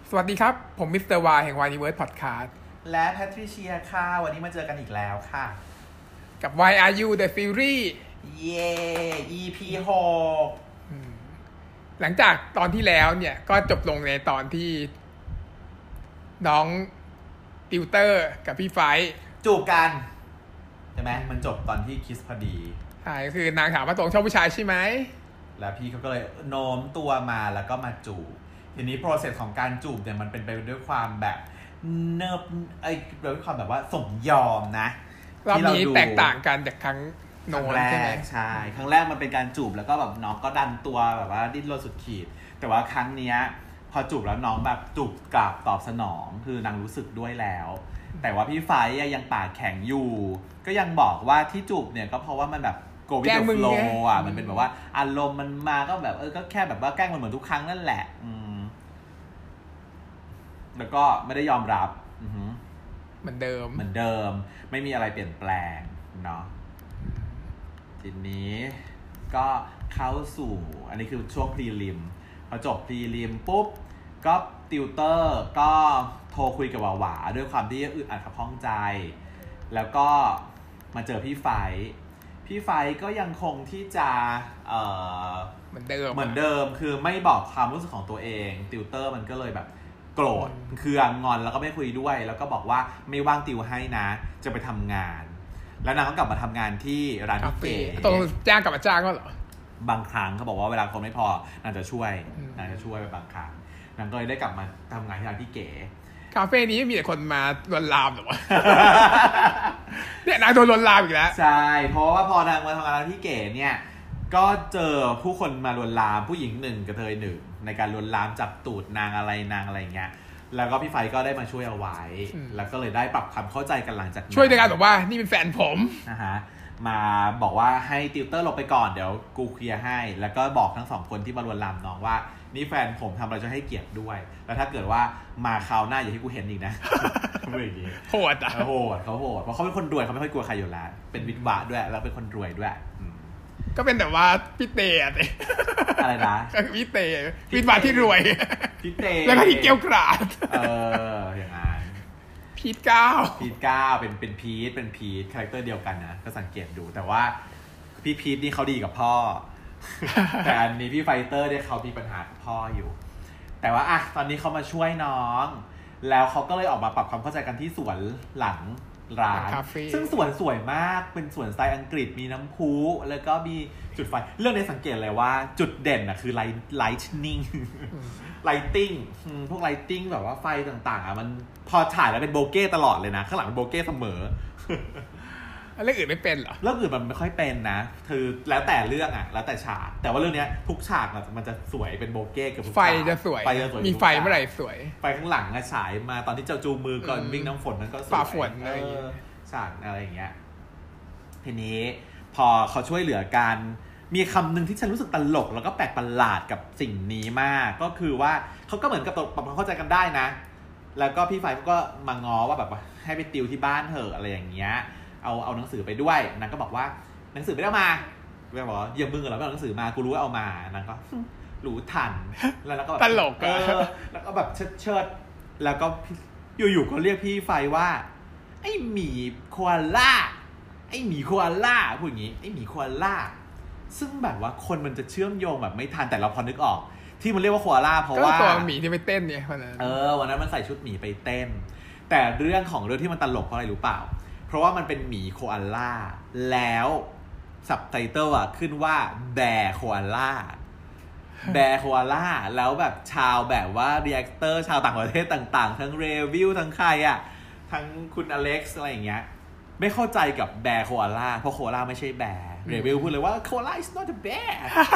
สวัสดีครับผมมิสเตอร์วายแห่งวายนิเวิร์สพอดคาสต์และแพทริเชียค่ะวันนี้มาเจอกันอีกแล้วค่ะกับ Why Are You The Fury เย้ EP หลังจากตอนที่แล้วเนี่ยก็จบลงในตอนที่น้องติวเตอร์กับพี่ไฟจูบกันใช่ไหมมันจบตอนที่คิสพอดีใช่คือนางถามว่าตรงชอบผู้ชายใช่ไหมแล้วพี่เขาก็เลยโน้มตัวมาแล้วก็มาจูบทีนี้ process ของการจูบเนี่ยมันเป็นไปด้วยความแบบเนิบด้วยความแบบว่าสมยอมนะรอบนี้แตกต่างกันจากครั้งโน้นใช่ไหมใช่ครั้งแรกมันเป็นการจูบแล้วก็แบบน้องก็ดันตัวแบบว่าดิ้นรนสุดขีดแต่ว่าครั้งเนี้ยพอจูบแล้วน้องแบบจูบกลับตอบสนองคือนางรู้สึกด้วยแล้วแต่ว่าพี่ไฟยังปากแข็งอยู่ก็ยังบอกว่าที่จูบเนี่ยก็เพราะว่ามันแบบgo with the flow อ่ะมันเป็นแบบว่าอารมณ์มันมาก็แบบก็แค่แบบว่าแกล้งมันเหมือนทุกครั้งนั่นแหละแล้วก็ไม่ได้ยอมรับเหมือนเดิมไม่มีอะไรเปลี่ยนแปลงเนาะทีนี้ก็เข้าสู่อันนี้คือช่วงพรีลิมพอจบพรีลิมปุ๊บก็ติวเตอร์ก็โทรคุยกับหวาด้วยความที่อึดอัดขับข้องใจแล้วก็มาเจอพี่ไฟก็ยังคงที่จะเหมือนเดิมคือไม่บอกความรู้สึกของตัวเองติวเตอร์มันก็เลยแบบโกรธเคืองงอนแล้วก็ไม่คุยด้วยแล้วก็บอกว่าไม่ว่างติวให้นะจะไปทำงานแล้วนางก็กลับมาทำงานที่ร้านพี่เก๋ตรงจ้างกลับมาจ้างก็เหรอบางครั้งเขาบอกว่าเวลาคนไม่พอนางจะช่วยไปบางครั้งนางก็เลยได้กลับมาทำงานที่ร้านพี่เก๋คาเฟ่นี้มีแต่คนมาลวนลามหรอวะ เนี่ยนางโดนลวนลามอีกแล้วใช่เพราะว่าพอนางมาทำงานที่เก๋เนี่ยก็เจอผู้คนมาลวนลามผู้หญิงหนึ่งกระเทยหนึ่งในการลวนลามจับตูดนางอะไรเงี้ยแล้วก็พี่ไฟก็ได้มาช่วยเอาไว้แล้วก็เลยได้ปรับความเข้าใจกันหลังจากช่วยในการบอกว่านี่เป็นแฟนผมนะฮะมาบอกว่าให้ติวเตอร์ลงไปก่อนเดี๋ยวกูเคลียร์ให้แล้วก็บอกทั้งสองคนที่มาลวนลามน้องว่านี่แฟนผมทำอะไรจะให้เกียรติด้วยแล้วถ้าเกิดว่ามาคราวหน้าอย่าให้กูเห็นอีกนะไม่อย่างนี้โหดเขาโหดเพราะเขาเป็นคนรวยเขาไม่ค่อยกลัวใครอยู่แล้วเป็นวิทวะด้วยแล้วเป็นคนรวยด้วยก็เป็นแต่ว่าพี่เตะอะไรนะพี่เตะวิทวะที่รวยพี่เตะแล้วก็ที่เกี้ยวกราดอย่างนั้นพีทก้าวเป็นพีทคาแรคเตอร์เดียวกันนะก็สังเกตดูแต่ว่าพี่พีทนี่เขาดีกับพ่อแต่อันนี้พี่ไฟเตอร์เนี่ยเขามีปัญหากับพ่ออยู่แต่ว่าอ่ะตอนนี้เขามาช่วยน้องแล้วเขาก็เลยออกมาปรับความเข้าใจกันที่สวนหลังร้านซึ่งสวนสวยมากเป็นสวนสไตล์อังกฤษมีน้ำพุแล้วก็มีจุดไฟเรื่องนี้สังเกตเลยว่าจุดเด่นนะคือlighting พวก lighting แบบว่าไฟต่างๆอ่ะมันพอถ่ายแล้วเป็นโบเก้ตลอดเลยนะข้างหลังเป็นโบเก้เสมอเรื่องอื่นไม่เป็นเหรอเรื่องอื่นมันไม่ค่อยเป็นนะคือแล้วแต่เรื่องอ่ะแล้วแต่ฉากแต่ว่าเรื่องนี้ทุกฉากมันจะสวยเป็นโบเก้กับไฟจะสวยมีไฟเมื่อไหร่สวยไฟข้างหลังฉายมาตอนที่เจ้าจูมือก่อนวิ่งน้ำฝนนั้นก็สวยฝ่าฝนอะไรฉากอะไรอย่างเงี้ยทีนี้พอเขาช่วยเหลือกันมีคำหนึ่งที่ฉันรู้สึกตลกแล้วก็แปลกประหลาดกับสิ่งนี้มากก็คือว่าเขาก็เหมือนกับปรับความเข้าใจกันได้นะแล้วก็พี่ไฟก็มาง้อว่าแบบให้ไปติวที่บ้านเถอะอะไรอย่างเงี้ยเอาหนังสือไปด้วยนางก็บอกว่าหนังสือไม่ได้มาแม่บอกว่าอย่ามึงเหรอไม่เอาหนังสือมากูรู้ว่าเอามานางก็รู้ทันแล้วก็แบบตลกแล้วก็แบบเชิดแล้วก็อยู่ๆก็เรียกพี่ไฟว่าไอ้หมีโคอาล่าพูดอย่างงี้ไอ้หมีโคอาล่าซึ่งแบบว่าคนมันจะเชื่อมโยงแบบไม่ทันแต่เราพอนึกออกที่มันเรียกว่าโคอาล่าเพราะว่าตัวหมีที่ไปเต้นเนี่ยวันนั้นวันนั้นมันใส่ชุดหมีไปเต้นแต่เรื่องที่มันตลกเพราะอะไรรู้เปล่าเพราะว่ามันเป็นหมีโคอาล่าแล้วซับไตเติลขึ้นว่าแบร์โคอาล่าแล้วแบบชาวแบบว่ารีแอคเตอร์ชาวต่างประเทศต่างๆทั้งเรวิวทั้งใครทั้งคุณอเล็กซ์อะไรอย่างเงี้ยไม่เข้าใจกับแบร์โคอาล่าเพราะโคอาล่าไม่ใช่แบร์เรวิวพูดเลยว่าโคอาล่า is not a bear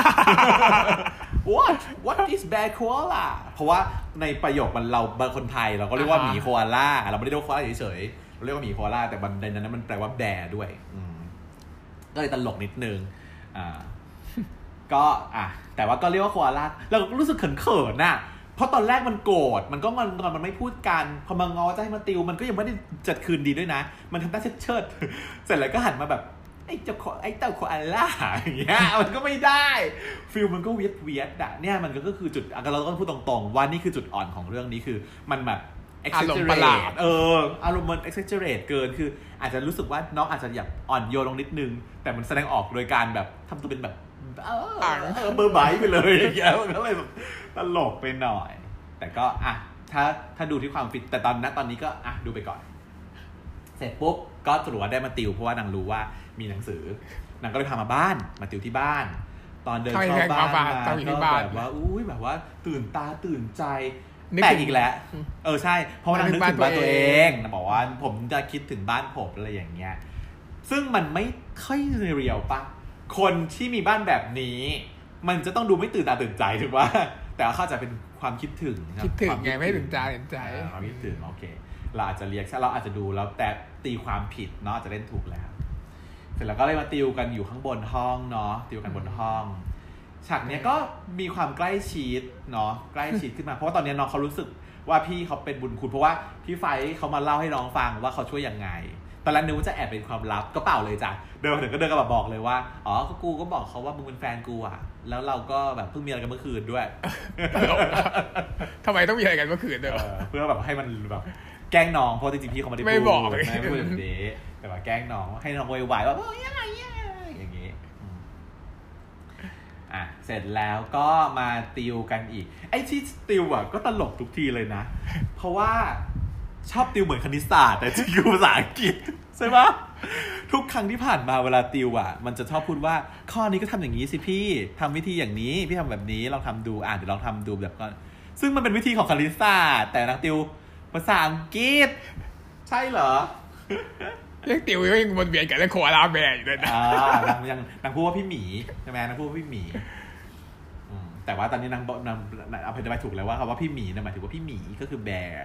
what is bear koala เพราะว่าในประโยคมันเราคนไทยเราก็เรียกว่าหมีโคอาล่าเราไม่ได้เรียกว่าโคอาล่าเฉยๆเราเรียกว่าหมีโคอาล่าแต่ในนั้นมันแปลว่าแบร์ด้วยก็เลยตลกนิดนึงก็แต่ว่าก็เรียกว่าโคอาล่าเรารู้สึกเขินๆน่ะเพราะตอนแรกมันโกรธมันก็งอนมันไม่พูดกันพอมางอจะให้มาติวมันก็ยังไม่ได้จัดคืนดีด้วยนะมันทำได้เชิดเสร็จแล้วก็หันมาแบบไอ้เต่าโคอาล่าอย่างเงี้ยมันก็ไม่ได้ฟิลมันก็เวียดอะเนี่ยมันก็คือจุดเราต้องพูดตรงๆว่านี่คือจุดอ่อนของเรื่องนี้คือมันแบบ exaggerate อารมณ์มัน exaggerate เกินคืออาจจะรู้สึกว่าน้องอาจจะอยากอ่อนโยนลงนิดนึงแต่มันแสดงออกโดยการแบบทำตัวเป็นแบบเบอร์ไบไปเลยอย่างเงี้ยมันก็เลยแบบตลกไปหน่อยแต่ก็อ่ะถ้าดูที่ความฟิตแต่ตอนนี้ก็อ่ะดูไปก่อนเสร็จปุ๊บก็ตรวจได้มาติวเพราะว่านางรู้ว่ามีหนังสือนางก็เลยพามาบ้านมาติวที่บ้านตอนเดินเข้าบ้านมาก็แบบว่าอุ้ยแบบว่าตื่นตาตื่นใจแปลกอีกแล้วใช่เพราะว่านางนึกถึงบ้านตัวเองนะบอกว่าผมจะคิดถึงบ้านผมอะไรอย่างเงี้ยซึ่งมันไม่ค่อยเรียลปะคนที่มีบ้านแบบนี้มันจะต้องดูไม่ตื่นตาตื่นใจถูกป่ะแต่เขาจะเป็นความคิดถึงไงไม่ตื่นตาตื่นใจความคิดถึงโอเคเราอาจจะเรียกใช่เราอาจจะดูแล้วแต่ตีความผิดเนาะจะเล่นถูกแล้วเสร็จแล้วก็เลยมาติวกันอยู่ข้างบนห้องเนาะติวกันบนห้องฉากเนี้ยก็มีความใกล้ชิดเนาะใกล้ชิดขึ้นมาเพราะว่าตอนนี้น้องเขารู้สึกว่าพี่เขาเป็นบุญคุณเพราะว่าพี่ไฟเขามาเล่าให้น้องฟังว่าเขาช่วยยังไงตอนแรกนึกว่าจะแอบเป็นความลับก็เปล่าเลยจ้ะเดินมาถึงก็เดินกลับมาบอกเลยว่าอ๋อกูก็บอกเขาว่ามึงเป็นแฟนกูอ่ะแล้วเราก็แบบเพิ่งมีอะไรกันเมื่อคืนด้วยทำไมต้องมีอะไรกันเมื่อคืนด้วยเพื่อแบบให้มันแบบแกล้งน้องเพราะจริงๆพี่เขาไม่ได้พูดไม่บอกเลยไม่พูดแบบนี้แต่ว่าแกล้งน้องให้น้องวายๆว่ายังไงอย่างงี้เสร็จแล้วก็มาติวกันอีกไอ้ที่ติวอ่ะก็ตลกทุกทีเลยนะเพราะว่าชอบติวเหมือนคณิตศาสตร์แต่ติวภาษาอังกฤษใช่ปะทุกครั้งที่ผ่านมาเวลาติวอ่ะมันจะชอบพูดว่าข้อนี้ก็ทำอย่างนี้สิพี่ทำวิธีอย่างนี้พี่ทำแบบนี้ลองทำดูเดี๋ยวลองทำดูแบบก่อนซึ่งมันเป็นวิธีของคณิตศาสตร์แต่นักติวภาษาอังกฤษใช่เหรอเรื่องติวยังวนเวียนกับเรื่องโคอาลาแบร์อยู่เลยนะนางพูดว่าพี่หมีใช่ไหมนางพูดว่าพี่หมีแต่ว่าตอนนี้นางเอาไปถูกแล้วว่าคำว่าพี่หมีหมายถึงว่าพี่หมีก็คือแบร์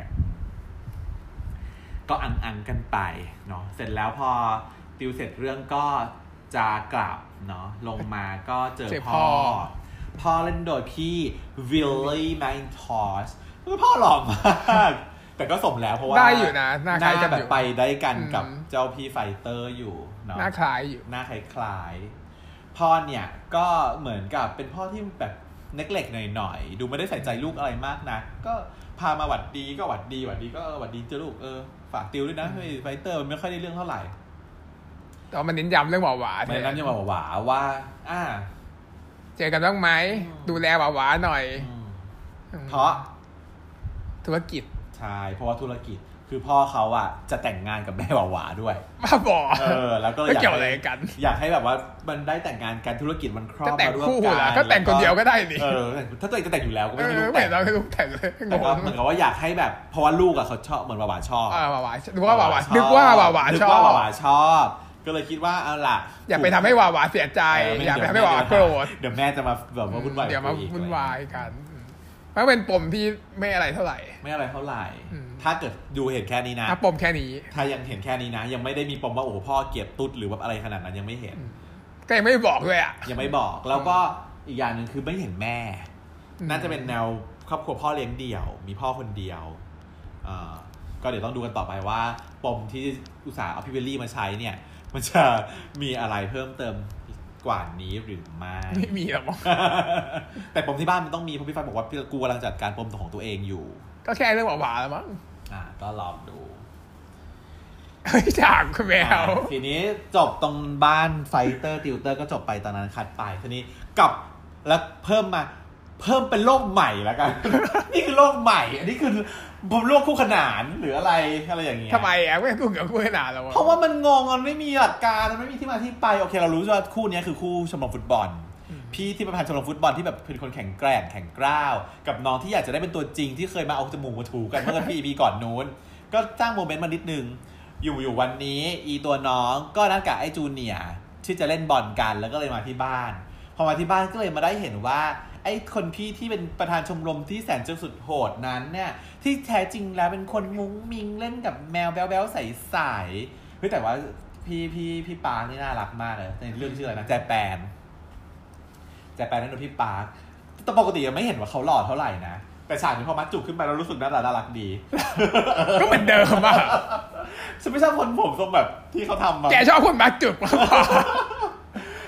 ก็อังกันไปเนาะเสร็จแล้วพอติวเสร็จเรื่องก็จะกลับเนาะลงมาก็เจอพ่อเล่นโดยพี่วิลลี่แมนทอสพ่อหล่อมากแต่ก็สมแล้วเพราะว่าได้อยู่นะหน้าคล้ายกันแบบไปได้กันกับเจ้าพี่ไฟเตอร์อยู่เนาะหน้าคล้ายอยู่หน้าคล้ายพ่อเนี่ยก็เหมือนกับเป็นพ่อที่แบบเล็กๆหน่อยๆดูไม่ได้ใส่ใจลูกอะไรมากนะก็พามาหวัดดีก็หวัดดีก็หวัดดีเจ้าลูกฝากติวด้วยนะไฟเตอร์มันไม่ค่อยได้เรื่องเท่าไหร่แต่มันเน้นย้ำเรื่องหวามันเน้นย้ำหวาว่าเจอกันบ้างไหมดูแลหวาหน่อยเพราะธุรกิจใช่เพราะว่าธุรกิจคือพ่อเขาอ่ะจะแต่งงานกับแม่หวาด้วยบ้าบอแล้วก็เกี่ยวอะไรกันอยากให้แบบว่ามันได้แต่งงานกันธุรกิจมันครอบมาร่วมกันก็แต่งคนเดียวก็ได้นี่ถ้าตัวเองจะแต่งอยู่แล้วก็ไม่ต้องแต่งเราไม่ต้องแต่งเลยแต่ก็เหมือนกับว่าอยากให้แบบเพราะว่าลูกอะเขาชอบเหมือนหวาชอบหวานึกว่าหวาชอบก็เลยคิดว่าเอาล่ะอย่าไปทำให้หวาเสียใจอย่าไปทำให้หวาโกรธเดี๋ยวแม่จะมาแบบว่าวุ่นวายเดี๋ยวมาวุ่นวายกันมันเป็นปมที่ไม่อะไรเท่าไหร่ถ้าเกิดดูเห็นแค่นี้นะปมแค่นี้ถ้ายังเห็นแค่นี้นะยังไม่ได้มีปมว่าโอ้พ่อเกลียดตุ๊ดหรือว่าอะไรขนาดนั้นยังไม่เห็นก็ยังไม่บอกเลยอ่ะยังไม่บอกแล้วก็อีกอย่างนึงคือไม่เห็นแม่น่าจะเป็นแนวครอบครัวพ่อเลี้ยงเดี่ยวมีพ่อคนเดียวก็เดี๋ยวต้องดูกันต่อไปว่าปมที่อุตส่าห์เอาพี่เวลลี่มาใช้เนี่ยมันจะมีอะไรเพิ่มเติมกว่านี้หรือไม่มีหรอกแต่ปมที่บ้านมันต้องมีเพราะพี่ฟ้าบอกว่ากูกำลังจัดการปมของตัวเองอยู่ก็แค่เรื่องหวานๆแล้วมั้งก็ลองดูฉากคุณแมวทีนี้จบตรงบ้านไฟเตอร์ติวเตอร์ก็จบไปตอนนั้นคัดไปทีนี้กลับแล้วเพิ่มเป็นโลกใหม่แล้วกัน นี่คือโลกใหม่อันนี้คือผมโลกคู่ขนานหรืออะไรอย่างเงี้ยทำไมไม่คู่ขนานแล้วเพราะว่ามันงงมันไม่มีหลักการมันไม่มีที่มาที่ไปโอเคเรารู้ว่าคู่นี้คือคู่ชมรมฟุตบอลพี่ที่ประธานชมรมฟุตบอลที่แบบเป็นคนแข็งแกร่งแข็งกร้าวกับน้องที่อยากจะได้เป็นตัวจริงที่เคยมาเอาจมูกมาถูกันเมื่อปีก่อนนู้นก็จ้างโมเมนต์มานิดนึงอยู่วันนี้ตัวน้องก็นัดกับไอ้จูเนียร์ที่จะเล่นบอลกันแล้วก็เลยมาที่บ้านพอมาที่บ้านก็เลยมาได้เห็นว่าไอ้คนพี่ที่เป็นประธานชมรมที่แสนจะสุดโหดนั้นเนี่ยที่แท้จริงแล้วเป็นคนมุ้งมิงเล่นกับแมวแบ๊วๆใสๆเฮ้ยแต่ว่าพี่ปานี่น่ารักมากเลยในเรื่องชื่ออะไรนะแจแปนนั่นคือพี่ปาร์คแต่ปกติยังไม่เห็นว่าเขาหล่อเท่าไหร่นะแต่ฉากนี้พอมัดจุกขึ้นไปเรารู้สึกน่ารักดีก็เหมือนเดิมอ่ะฉันไม่ชอบคนผมทรงแบบที่เขาทำมาแกชอบคนมัดจุกมาก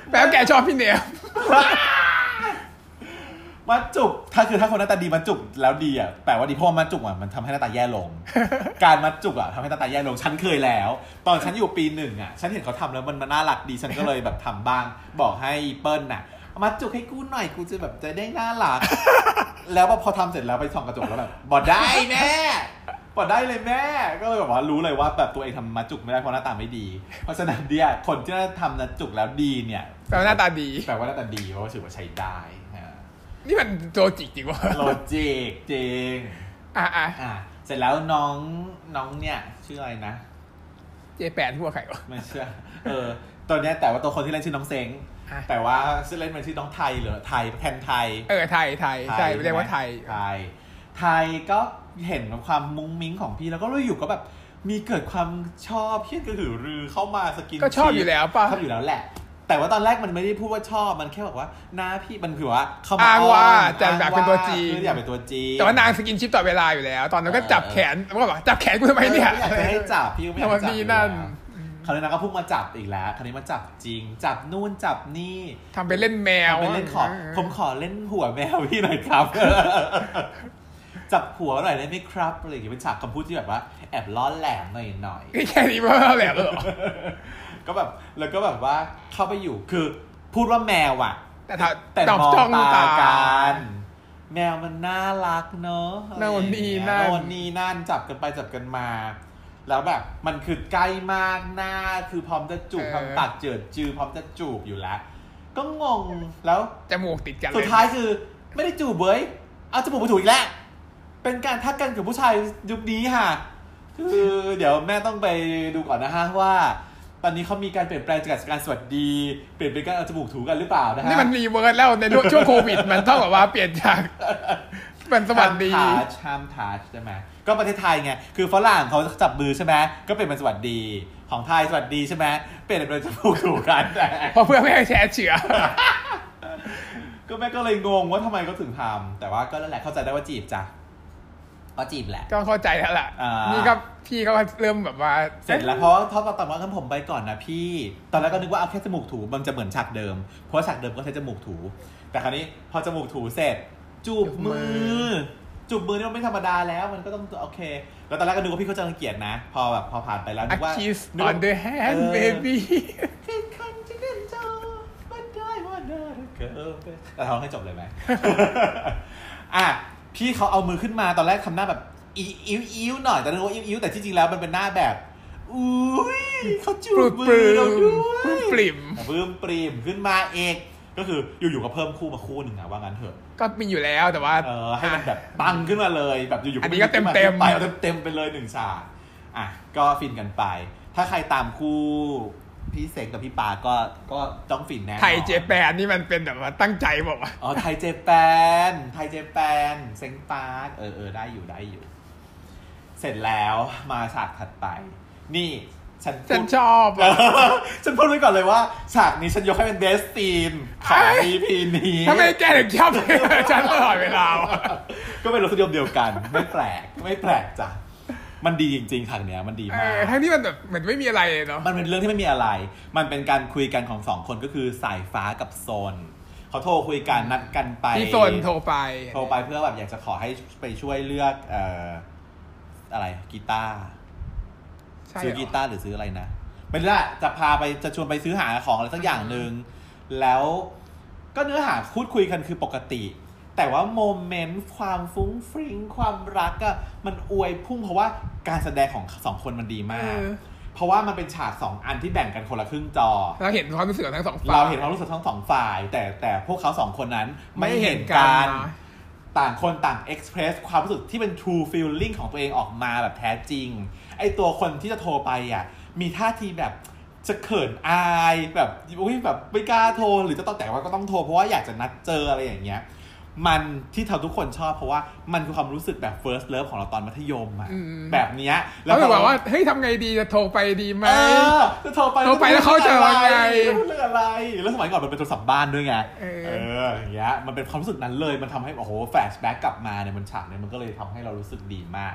แปลว่าแกชอบพี่เนมมัดจุกถ้าคนหน้าตาดีมัดจุกแล้วดีอ่ะแปลว่าดีเพราะมัดจุกอ่ะมันทำให้หน้าตาแย่ลง การมัดจุกอ่ะทำให้หน้าตาแย่ลงฉันเคยแล้วตอนฉันอยู่ปี1อ่ะฉันเห็นเขาทำแล้วมันน่ารักดีฉันก็เลยแบบทำบ้างบอกให้เปิ้ลน่ะมัดจุกให้กูหน่อยกูจะแบบจะได้น่ารัก แล้วพอทำเสร็จแล้วไปส่องกระจกแล้วแบบบอกได้แม่บอกได้เลยแม่ก็เลยแบบว่ารู้เลยว่าแบบตัวเองทำมัดจุกไม่ได้เพราะหน้าตาไม่ดีเพราะฉะนั้นเนี่ยคนที่ทำมัดจุกแล้วดีเนี่ยแปลว่าหน้าตาดีแปลว่าหน้าตาดีเพราะว่าถือว่าใช้ได้นี่มันโลจิกจริงวะโลจิกจริงเสร็จแล้วน้องเนี่ยชื่ออะไรนะเจแปนพวกใครวะไม่เชื่อตัวเนี้ยแต่ว่าตัวคนที่เล่นชื่อน้องเซ้งแต่ว่าชื่อเล่นมันชื่อน้องไทยหรือไทยแทนไทยไทยใช่เรียกว่าไทยก็เห็นความมุ้งมิ้งของพี่แล้วก็รู้อยู่ก็แบบมีเกิดความชอบเพี้ยนกระหือรือเข้ามาสกินก็ชอบอยู่แล้วป่ะชอบอยู่แล้วแหละแต่ว่าตอนแรกมันไม่ได้พูดว่าชอบมันแค่บอกว่าน้าพี่มันคือว่าเขามาว่าจะแบบเป็นตัวจริงอยากเป็นตัวจริงแต่ว่านางสกินชิปต่อเวลาอยู่แล้วตอนนั้นก็จับแขนก็บอกจับแขนกูทำไมเนี่ยอยากให้จับพี่ไม่อยากจับนั่นคราวนี้นางก็พุ่งมาจับอีกแล้วคราวนี้มาจับจริงจับนู่นจับนี่ทำเป็นเล่นแมวเป็นเล่นผมขอเล่นหัวแมวพี่หน่อยครับจับหัวหน่อยได้ไหมครับอะไรอย่างเงี้ยเป็นฉากคำพูดที่แบบว่าแอบล้อแหลมหน่อยแค่นี้ว่าแหลมเหรอก็แบบแล้วก็แบบว่าเข้าไปอยู่คือพูดว่าแมวอ่ะแต่มองตากันแมวมันน่ารักเนอะโน่นนี่นั่นจับกันไปจับกันมาแล้วแบบมันคือใกล้มากหน้าคือพร้อมจะจูบพร้อมตัดเจิดจือพร้อมจะจูบอยู่แล้วก็งงแล้วจมูกติดกันสุดท้ายคือไม่ได้จูบเว้ยเอาจมูกมาถูกอีกแล้วเป็นการทักกันกับผู้ชายยุคนี้ค่ะคือเดี๋ยวแม่ต้องไปดูก่อนนะฮะว่าตอนนี้เขามีการเปลี่ยนแปลงจากการสวัสดีเปลี่ยนเป็นการเอาจมูกถูกันหรือเปล่านะฮะนี่มันรีเวิร์สแล้วในช่วงโควิดมันเท่ากับว่าเปลี่ยนจากเป็นสวัสดีชามทาใช่ไหมก็ประเทศไทยไงคือฝรั่งเขาจับมือใช่ไหมก็เปลี่ยนเป็นสวัสดีของไทยสวัสดีใช่ไหมเปลี่ยนเป็นจมูกถูกันเพราะเพื่อไม่ให้แชร์เชื้อก็แม่ก็เลยงงว่าทำไมก็ถึงทำแต่ว่าก็นั่นแหละเข้าใจได้ว่าจีบจ้ะก็จีบแหละก็เข้าใจแล้วล่ะนี่ก็พี่ก็เริ่มแบบว่าเสร็จแล้วเพราะตอนว่างั้นผมไปก่อนนะพี่ตอนแรกก็นึกว่าเอาแค่จมูกถูมันจะเหมือนฉากเดิมเพราะฉากเดิมก็ใช้จมูกถูแต่คราวนี้พอจมูกถูเสร็จจูบมือนี่มันไม่ธรรมดาแล้วมันก็ต้องโอเคแล้วตอนแรกก็นึกว่าพี่เขาจะรังเกียจนะพอแบบพอผ่านไปแล้วนึกว่า kiss on the hand baby แต่ท้องให้จบเลยไหมพี่เขาเอามือขึ้นมาตอนแรกทำหน้าแบบอิ้วหน่อยแต่นึกว่าอิ้วแต่ที่จริงแล้วมันเป็นหน้าแบบอุ้ยเขาจูบมือเราด้วยปริ่มขึ้นมาเองก็คืออยู่ๆก็เพิ่มคู่มาคู่หนึ่งนะว่างั้นเถอะก็มีอยู่แล้วแต่ว่าให้มันแบบปังขึ้นมาเลยแบบอยู่ๆอันนี้ก็เต็มไปไปเลย1ฉากก็ฟินกันไปถ้าใครตามคู่พี่เสกกับพี่ปาก็ต้องฟินแน่ไทยเจแปนนี่มันเป็นแบบว่าตั้งใจบอกว่าไทยเจแปนเซ็งปาได้อยู่เสร็จแล้วมาฉากถัดไปนี่ฉันชอบฉันพูดไว้ก่อนเลยว่าฉากนี้ฉันยกให้เป็นเบสซีนของ EP นี้ทำไมแกถึงชอบฉันตลอดเวลาก็เป็นรสนิยมเดียวกันไม่แปลกจ้ะมันดีจริงๆฉากเนี้ยมันดีมากทั้งที่มันแบบเหมือนไม่มีอะไรเนาะมันเป็นเรื่องที่ไม่มีอะไรมันเป็นการคุยกันของ2คนก็คือสายฟ้ากับโซนเขาโทรคุยกันนัดกันไปที่โซนโทรไปเพื่อแบบอยากจะขอให้ไปช่วยเลือกอะไรกีตาร์ซื้อกีตาร์หรือซื้ออะไรนะไม่รู้ละจะชวนไปซื้อหาของอะไรสักอย่างนึงแล้วก็เนื้อหาพูดคุยกันคือปกติแต่ว่าโมเมนต์ความฟุ้งฟริ้งความรักอะมันอวยพุ่งเพราะว่าการแสดงของ2คนมันดีมากเพราะว่ามันเป็นฉาก2อันที่แบ่งกันคนละครึ่งจอเราเห็นความรู้สึกทั้ง2ฝ่ายเราเห็นความรู้สึกทั้ง2ฝ่ายแต่พวกเขา2คนนั้นไม่เห็นกันต่างคนต่างเอ็กซ์เพรสความรู้สึกที่เป็น true feeling ของตัวเองออกมาแบบแท้จริงไอตัวคนที่จะโทรไปมีท่าทีแบบจะเขินอายแบบแบบไม่กล้าโทรหรือจะต้องแต่ว่าก็ต้องโทรเพราะว่าอยากจะนัดเจออะไรอย่างเงี้ยมันที่ทุกคนชอบเพราะว่ามันคือความรู้สึกแบบ first love ของเราตอนมัธยมแบบเนี้ยแล้วแบบว่าเฮ้ยทำไงดีจะโทรไปดีไหมจะโทรไปแล้วเขาจะว่าไงเรื่องอะไรแล้วสมัยก่อนมันเป็นโทรศัพท์บ้านด้วยไงอย่างเงี้ยมันเป็นความรู้สึกนั้นเลยมันทำให้โอ้โหแฟลชแบ็กกลับมาเนี่ยมันฉากเนี่ยมันก็เลยทำให้เรารู้สึกดีมาก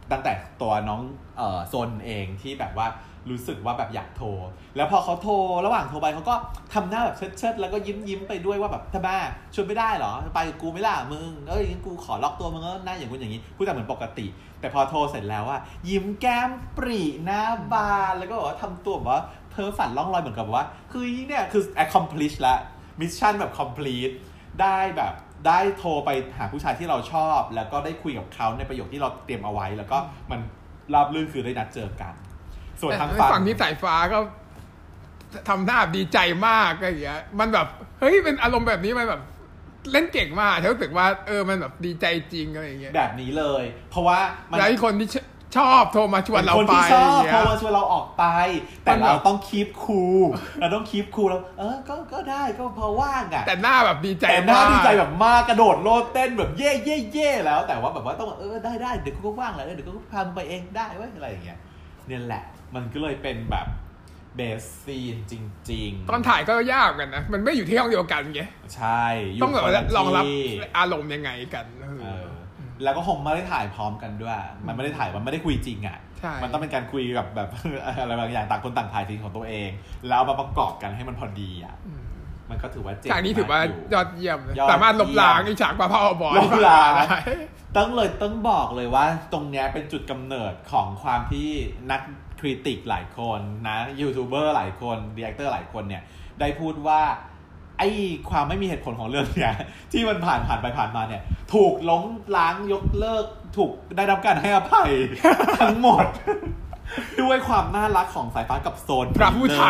ตั้งแต่ตัวน้องโซนเองที่แบบว่ารู้สึกว่าแบบอยากโทรแล้วพอเขาโทรระหว่างโทรไปเขาก็ทำหน้าแบบเชิดๆแล้วก็ยิ้มไปด้วยว่าแบบทำไมชวนไม่ได้เหรอไปกับกูไม่ล่ะมึงงั้นกูขอล็อกตัวมึงหน้าอย่างกูอย่างนี้พูดแต่เหมือนปกติแต่พอโทรเสร็จแล้วว่ายิ้มแก้มปรีหน้าบานแล้วก็บอกว่าทำตัวแบบว่าเพ้อฝันล่องลอยเหมือนกับว่าคือเนี่ยคือ accomplish ละ mission แบบ complete ได้แบบได้โทรไปหาผู้ชายที่เราชอบแล้วก็ได้คุยกับเขาในประโยคที่เราเตรียมเอาไว้แล้วก็มันราบรื่นคือได้นัดเจอกันส่วนทางฝั่งนี้สายฟ้าก็ทำหน้าดีใจมากอะไรอย่างเงี้ยมันแบบเฮ้ยเป็นอารมณ์แบบนี้มันแบบเล่นเก่งมากฉันรู้สึกว่ามันแบบดีใจจริงอะไรอย่างเงี้ยแบบนี้เลยเพราะว่าแล้วคนที่ชอบโทรมาชวนเราไปคนที่ชอบโทรมาชวนเราออกไปแต่เราต้องคีปคูลเราต้องคีปคูลแล้วก็ได้ก็พอว่างแต่หน้าแบบดีใจแต่หน้าดีใจแบบมากกระโดดโลดเต้นแบบเย่แล้วแต่ว่าแบบว่าต้องได้เดี๋ยวกูก็ว่างแล้วเดี๋ยวกูก็พามึงไปเองได้เว้ยอะไรอย่างเงี้ยเนี่ยแหละมันก็เลยเป็นแบบเบสซีนจริงๆตอนถ่ายก็ยากกันนะมันไม่อยู่ที่ห้องเดียวกันไงใช่ต้องแบบลองรับอารมณ์ยังไงกันแล้วก็คงไม่ได้ถ่ายพร้อมกันด้วยมันไม่ได้ถ่ายมันไม่ได้คุยจริงอ่ะมันต้องเป็นการคุยกับแบบอะไรบางอย่างต่างคนต่างถ่ายซีนของตัวเองแล้วเอามาประกอบกันให้มันพอดีอ่ะมันก็ถือว่าเจ๋งฉากนี้ถือว่ายอดเยี่ยมสามารถลบล้างไอ้ฉากปลาเผาบอยลบล้างต้องบอกเลยว่าตรงเนี้ยเป็นจุดกำเนิดของความที่นักคริติกหลายคนนะยูทูบเบอร์หลายคนดีเรคเตอร์หลายคนเนี่ยได้พูดว่าไอ้ความไม่มีเหตุผลของเรื่องเนี้ยที่มันผ่านไปผ่านมาเนี่ยถูกล้มล้างยกเลิกถูกได้รับการให้อภัย ทั้งหมดด้วยความน่ารักของสายฟ้ากับโซนพระผู้ไถ่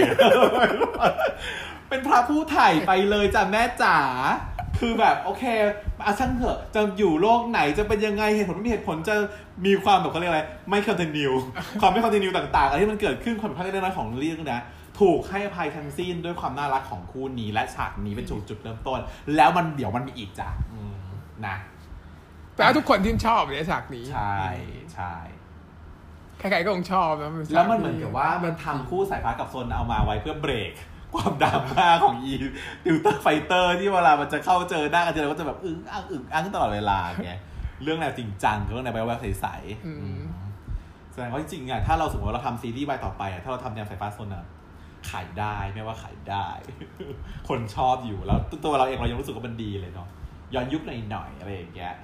เป็นพระผู้ไถ่ไปเลยจ้ะแม่จ๋าคือแบบโอเคช่างเถอะจะอยู่โลกไหนจะเป็นยังไงเหตุผลไม่มีเหตุผลจะมีความแบบเขาเรียกอะไรไม่คอนตินิวความไม่คอนตินิวต่างๆอะไรที่มันเกิดขึ้นความผิดพลาดเล็กน้อยของเรื่องนะถูกให้อภัยทั้งสิ้นด้วยความน่ารักของคู่นี้และฉากนี้เป็นจุดเริ่มต้นแล้วมันเดี๋ยวมันมีอีกจ้ะนะแต่ทุกคนที่ชอบในฉากนี้ใช่ใครๆก็คงชอบแล้วมันเหมือนกับว่ามันทำคู่สายฟ้ากับโซนเอามาไว้เพื่อเบรกความดราม่าของติวเตอร์ไฟเตอร์ที่เวลามันจะเข้าเจอหน้ากันเจอก็จะแบบอึ้งตลอดเวลาไงเรื่องแนวจริงจังเรื่องแนวแบบใสๆแสดงว่าจริงๆถ้าเราสมมติว่าเราทำซีรีส์ใบต่อไปถ้าเราทำแนวสายฟ้าโซนขายได้ไม่ว่าขายได้คนชอบอยู่แล้วตัวเราเองเรายังรู้สึกว่ามันดีเลยเนาะย้อนยุคหน่อยๆอะไรอย่างเงี้ย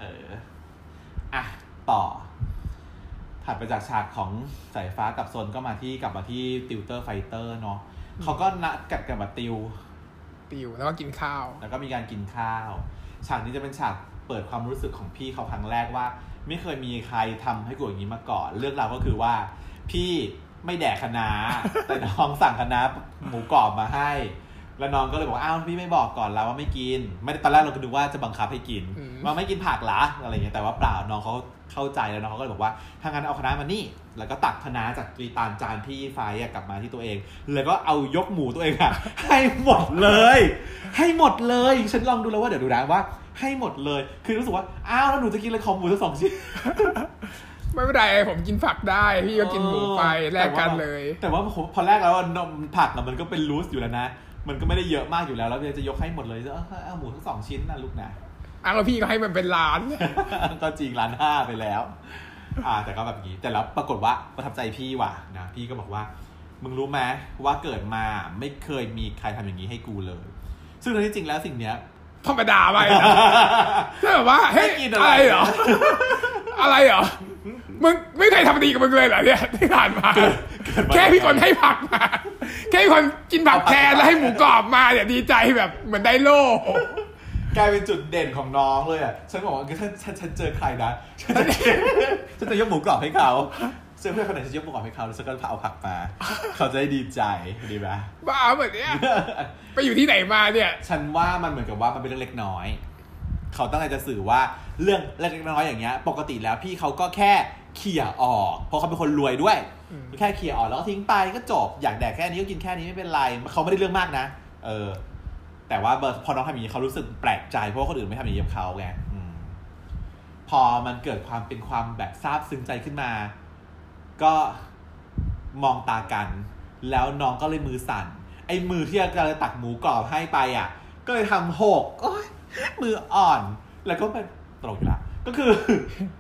ต่อถัดไปจากฉากของสายฟ้ากับโซนก็กลับมาที่ติวเตอร์ไฟเตอร์เนาะเขาก็นัดกันมาติวแล้วก็กินข้าวแล้วก็มีการกินข้าวฉากนี้จะเป็นฉากเปิดความรู้สึกของพี่เขาครั้งแรกว่าไม่เคยมีใครทำให้กูอย่างนี้มาก่อนเรื่องราวก็คือว่าพี่ไม่แดกคะน้าแต่น้องสั่งคะน้าหมูกรอบมาให้แล้วน้องก็เลยบอกอ้าวพี่ไม่บอกก่อนแล้วว่าไม่กินไม่ได้ตอนแรกเราก็นึกว่าจะบังคับให้กินว่าไม่กินผักหรออะไรอย่างเงี้ยแต่ว่าเปล่าน้องเขาเข้าใจแล้วน้องเขาก็เลยบอกว่าถ้างั้นเอาคะน้ามานี่แล้วก็ตักคะน้าจากตามจานพี่ไฟกลับมาที่ตัวเองแล้วก็เอายกหมูตัวเองให้หมดเลยฉันลองดูแล้วว่าเดี๋ยวดูนะว่าให้หมดเลยคือรู้สึกว่าอ้าวแล้วหนูจะกินเลยคอหมูทั้ง2 ชิ้นไม่เป็นไรผมกินผักได้พี่ก็กินหมูไปแลกกันเลยแต่ว่าพอแรกแล้วผักมันก็เป็นลูสอยู่แล้วนะมันก็ไม่ได้เยอะมากอยู่แล้วจะยกให้หมดเลยเอาหมูทั้ง2 ชิ้นนะลูกนะแล้วพี่ก็ให้มันเป็นล้านก็จริง1,500,000ไปแล้วแต่ก็แบบนี้แต่แล้วปรากฏว่าประทับใจพี่ว่ะนะพี่ก็บอกว่ามึงรู้ไหมว่าเกิดมาไม่เคยมีใครทำอย่างนี้ให้กูเลยซึ่งในที่จริงแล้วสิ่งเนี้ยธรรมดาไปนะใช่แบบว่าเฮ้ยอะไรเหรอมึงไม่เคยทำดีกับมึงเลยเหรอเนี่ยที่ผ่านมาแค่พี่คนให้ผักมาแค่พี่คนกินผักแทนแล้วให้หมูกรอบมาเนี่ยดีใจแบบเหมือนได้โล่กลายเป็นจุดเด่นของน้องเลยฉันบอกว่าฉันเจอใครนะฉันจะยกหมูกรอบให้เขาเจอเพื่อนคนไหนฉันยกหมูกรอบให้เขาแล้วฉันก็เอาผักมาเขาจะได้ดีใจดีไหมบ้าเหมือนเนี้ยไปอยู่ที่ไหนมาเนี่ยฉันว่ามันเหมือนกับว่ามันเป็นเรื่องเล็กน้อยเขาตั้งใจจะสื่อว่าเรื่องเล็กน้อยอย่างเงี้ยปกติแล้วพี่เขาก็แค่เขี่ยออกเพราะเขาเป็นคนรวยด้วยแค่เขี่ยออกแล้วก็ทิ้งไปก็จบอยากแดกแค่นี้ก็กินแค่นี้ไม่เป็นไรเขาไม่ได้เรื่องมากนะแต่ว่าพอน้องทำอย่างนี้เขารู้สึกแปลกใจเพราะว่าคนอื่นไม่ทำอย่างนี้กับเขาไงพอมันเกิดความเป็นความแบบซาบซึ้งใจขึ้นมาก็มองตากันแล้วน้องก็เลยมือสั่นไอ้มือที่จะตักหมูกรอบให้ไปก็เลยทำหกมืออ่อนแล้วก็เป็นตลกอยู่ละก็คือ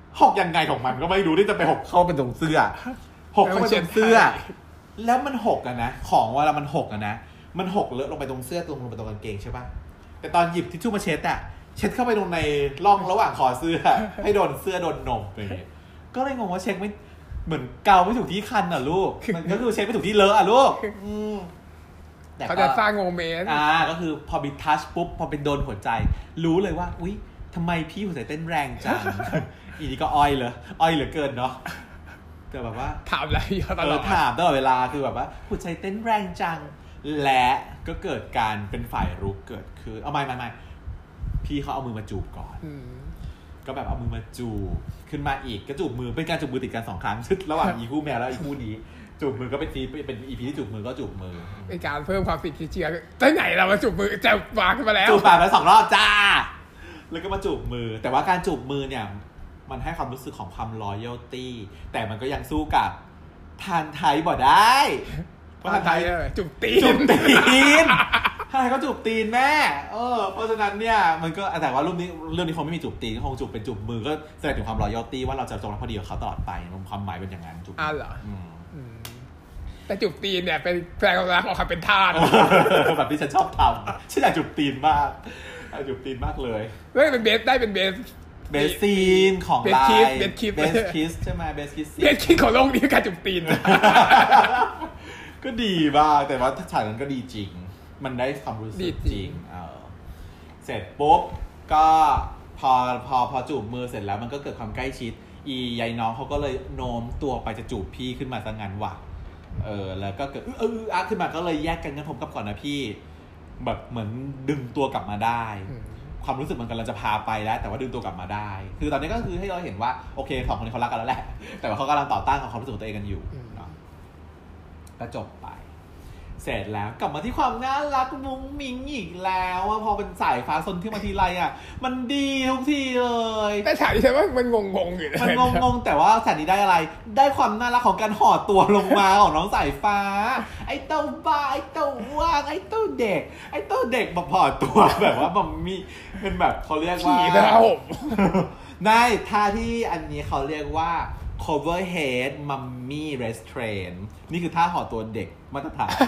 หกยังไงของมันก็ไม่รู้ที่จะไปหกเข้าเป็นตรงเสื้อหกเข้าไปตรงเสื้อแล้วมันหกอะนะของเวลามันหกอะนะมันหกเลอะลงไปตรงเสื้อลงไปตรงกางเกงใช่ป่ะแต่ตอนหยิบทิชชู่มาเช็ดอะเช็ดเข้าไปตรงในร่องระหว่างคอเสื้อให้โดนเสื้อโดนนมอะไรอย่างเงี้ยก็เลยงงว่าเช็คไม่เหมือนเกาไม่ถูกที่คันอะลูกมันก็คือเช็คไม่ถูกที่เลอะอะลูกแต่เขาจะสร้างโมเมนต์ก็คือพอบิทัชปุ๊บพอเป็นโดนหัวใจรู้เลยว่าอุ๊ยทำไมพี่หัวใจเต้นแรงจังอีนี่ก็อ้อยเหลือเกินเนาะแต่แบบว่าถามอะไรตลอดถามตลอดเวลาคือแบบว่าหัวใจเต้นแรงจังและก็เกิดการเป็นฝ่ายรุกเกิดคือเอาไม่พี่เขาเอามือมาจูบก่อนก็แบบเอามือมาจูบขึ้นมาอีกก็จูบมือเป็นการจูบมือติดกัน2 ครั้งระหว่างอีคู่แมวแล้วอีคู่นี้จูบมือก็เป็นอีพีที่จูบมือก็จูบมือเป็นการเพิ่มความติดเชื้อได้ไหนเรามาจูบมือจะวางขึ้นมาแล้วจูบปากไป2 รอบจ้าแล้วก็มาจูบมือแต่ว่าการจูบมือเนี่ยมันให้ความรู้สึกของความ loyalty แต่มันก็ยังสู้กับทานไทยบ่ได้เพราะทานไทยจูบตีนทานไทยก็จูบตีนแม่เพราะฉะนั้นเนี่ยมันก็แต่ว่าเรื่องนี้คงไม่มีจูบตีนคงจูบเป็นจูบมือก็แสดงถึงความ loyalty ว่าเราจะจงรักภักดีกับเขาตลอดไปความหมายเป็นอย่างนั้นจูบเหรอแต่จูบตีนเนี่ยเป็นแฟนของรักของเขาเป็นทาสแบบที่ฉันชอบทำฉันอยากจูบตีนมากจูบตีนมากเลยเป็นเบสได้เป็นเบสซีนของไลน์เบสคิสใช่ไหมเบสคิสของโลกนี้การจูบตีนก็ดีบ้างแต่ว่าฉากนั้นก็ดีจริงมันได้ความรู้สึกจริงเสร็จปุ๊บก็พอจูบมือเสร็จแล้วมันก็เกิดความใกล้ชิดยายน้องเขาก็เลยโน้มตัวไปจะจูบพี่ขึ้นมาซะงั้นว่ะแล้วก็เกิดขึ้นมาก็เลยแยกกันงั้นผมกลับก่อนนะพี่แบบเหมือนดึงตัวกลับมาได้ความรู้สึกมันกำลังจะพาไปแล้วแต่ว่าดึงตัวกลับมาได้คือตอนนี้ก็คือให้เราเห็นว่าโอเค2 คนนี้เขารักกันแล้วแหละแต่ว่าเขากำลังต่อต้านของความรู้สึกของตัวเองกันอยู่ก็จบไปเสร็จแล้วกลับมาที่ความน่ารักมุ้งมิ้งอีกแล้วพอเป็นสายฟ้าซนที่มาทีไรมันดีทุกทีเลยแต่ฉากนี้ใช่ไหมมันงงอยู่มันงงแต่ว่าฉากนี้ได้อะไรได้ความน่ารักของการห่อตัวลงมาของน้องสายฟ้าไอ้เต้าบ้าไอ้เต้าว่างไอ้เต้าเด็กแบบห่อตัวแบบว่ามันมีเป็นแบบเขาเรียกว่าขี่นะครับผมได้ท่าที่อันนี้เขาเรียกว่าcover head mummy restraint นี่คือท่าห่อตัวเด็กมาตรฐาน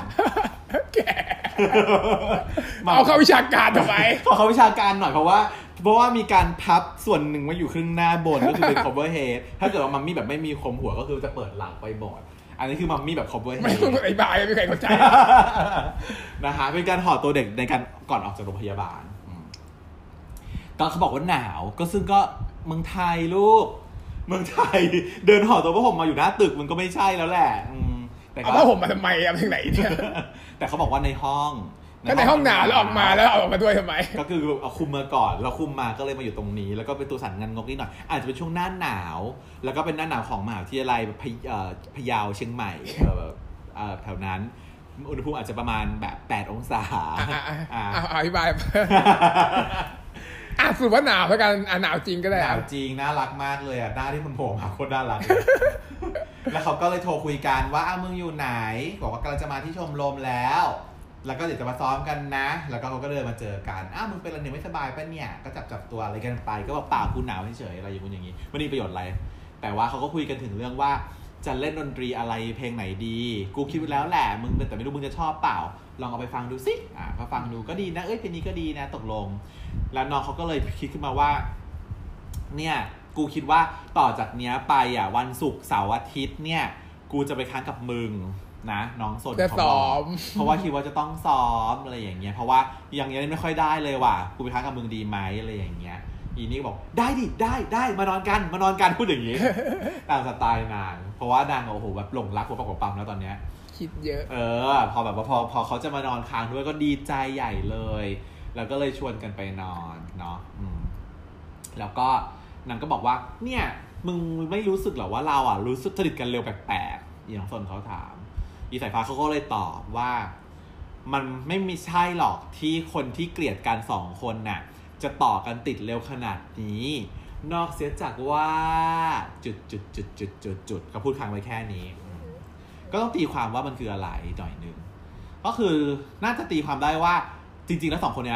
เอาเข้าวิชาการทำไมเข้าวิชาการหน่อยเพราะว่ามีการพับส่วนหนึ่งมาอยู่ครึ่งหน้าบนก็คือเป็น cover head ถ้าเกิดว่ามัมมี่แบบไม่มีคมหัวก็คือจะเปิดหลังไปบอดอันนี้คือมัมมี่แบบ cover head ไม่ต้องอธิบายไม่มีใครเข้าใจนะฮะเป็นการห่อตัวเด็กในการก่อนออกจากโรงพยาบาลก็เขาบอกว่าหนาวก็ซึ่งก็เมืองไทยลูกเมืองไทยเดินห่อตัวผ้าห่มมาอยู่หน้าตึกมันก็ไม่ใช่แล้วแหละแต่เอาผ้าห่มมาทำไมทางไหนเนี่ยแต่เขาบอกว่าในห้องหนาวแล้วออกมาแล้วเอาออกมาด้วยทำไมก็คือเอาคุมมาก่อนแล้วคุมมาก็เลยมาอยู่ตรงนี้แล้วก็เป็นตัวสั่นงันงกนิดหน่อยอาจจะเป็นช่วงหน้าหนาวแล้วก็เป็นหน้าหนาวของมหาวิทยาลัยพะเยาเชียงใหม่แถวนั้นอุณหภูมิอาจจะประมาณแบบ8 องศาอธิบายสุดว่าหนาวแล้วกันหนาวจริงก็ได้หนาวจริงน่ารักมากเลยหน้าที่มันโผล่มาโคตรน่ารักแล้วเขาก็เลยโทรคุยกันว่ามึงอยู่ไหนบอกว่ากำลังจะมาที่ชมรมแล้วก็เดี๋ยวจะมาซ้อมกันนะแล้วก็เขาก็เดินมาเจอกันมึงเป็นอะไรเนี่ยไม่สบายป่ะเนี่ยก็จับตัวอะไรกันไปก็บอกเปล่ากูหนาวเฉยๆอะไรอย่างนี้ไม่มีประโยชน์อะไรแต่ว่าเขาก็คุยกันถึงเรื่องว่าจะเล่นดนตรีอะไรเพลงไหนดีกูคิดไว้แล้วแหละมึงแต่ไม่รู้มึงจะชอบเปล่าลองเอาไปฟังดูสิพอฟังดูก็ดีนะเพลงนี้ก็ดีนะตกลงแล้วน้องเขาก็เลยคิดขึ้นมาว่าเนี่ยกูคิดว่าต่อจากเนี้ยไปวันศุกร์เสาร์อาทิตย์เนี่ยกูจะไปค้างกับมึงนะน้องสนเขาบอกเพราะว่าคิดว่าจะต้องซ้อมอะไรอย่างเงี้ยเพราะว่ายังไม่ค่อยได้เลยว่ะกูไปค้างกับมึงดีไหมอะไรอย่างเงี้ยอีนี่บอกได้ดิได้มานอนกันพูดอย่างงี้ตามสไตล์นางเพราะว่านางโอ้โหแบบหลงรักหัวปากหัวปั๊มแล้วตอนเนี้ยคิดเยอะพอแบบว่าพอเขาจะมานอนค้างด้วยก็ดีใจใหญ่เลยแล้วก็เลยชวนกันไปนอนเนาะแล้วก็นางก็บอกว่าเนี่ยมึงไม่รู้สึกหรอว่าเรารู้สึกสนิทกันเร็วแปลกๆอีน้องสนเขาถามอีสายฟ้าเขาก็เลยตอบว่ามันไม่มีใช่หรอกที่คนที่เกลียดกัน2 คนน่ะจะต่อกันติดเร็วขนาดนี้นอกเสียจากว่าจุดเขาพูดค้างไว้แค่นี้ก็ต้องตีความว่ามันคืออะไรหน่อยนึงก็คือน่าจะตีความได้ว่าจริงๆแล้ว2 คนเนี้ย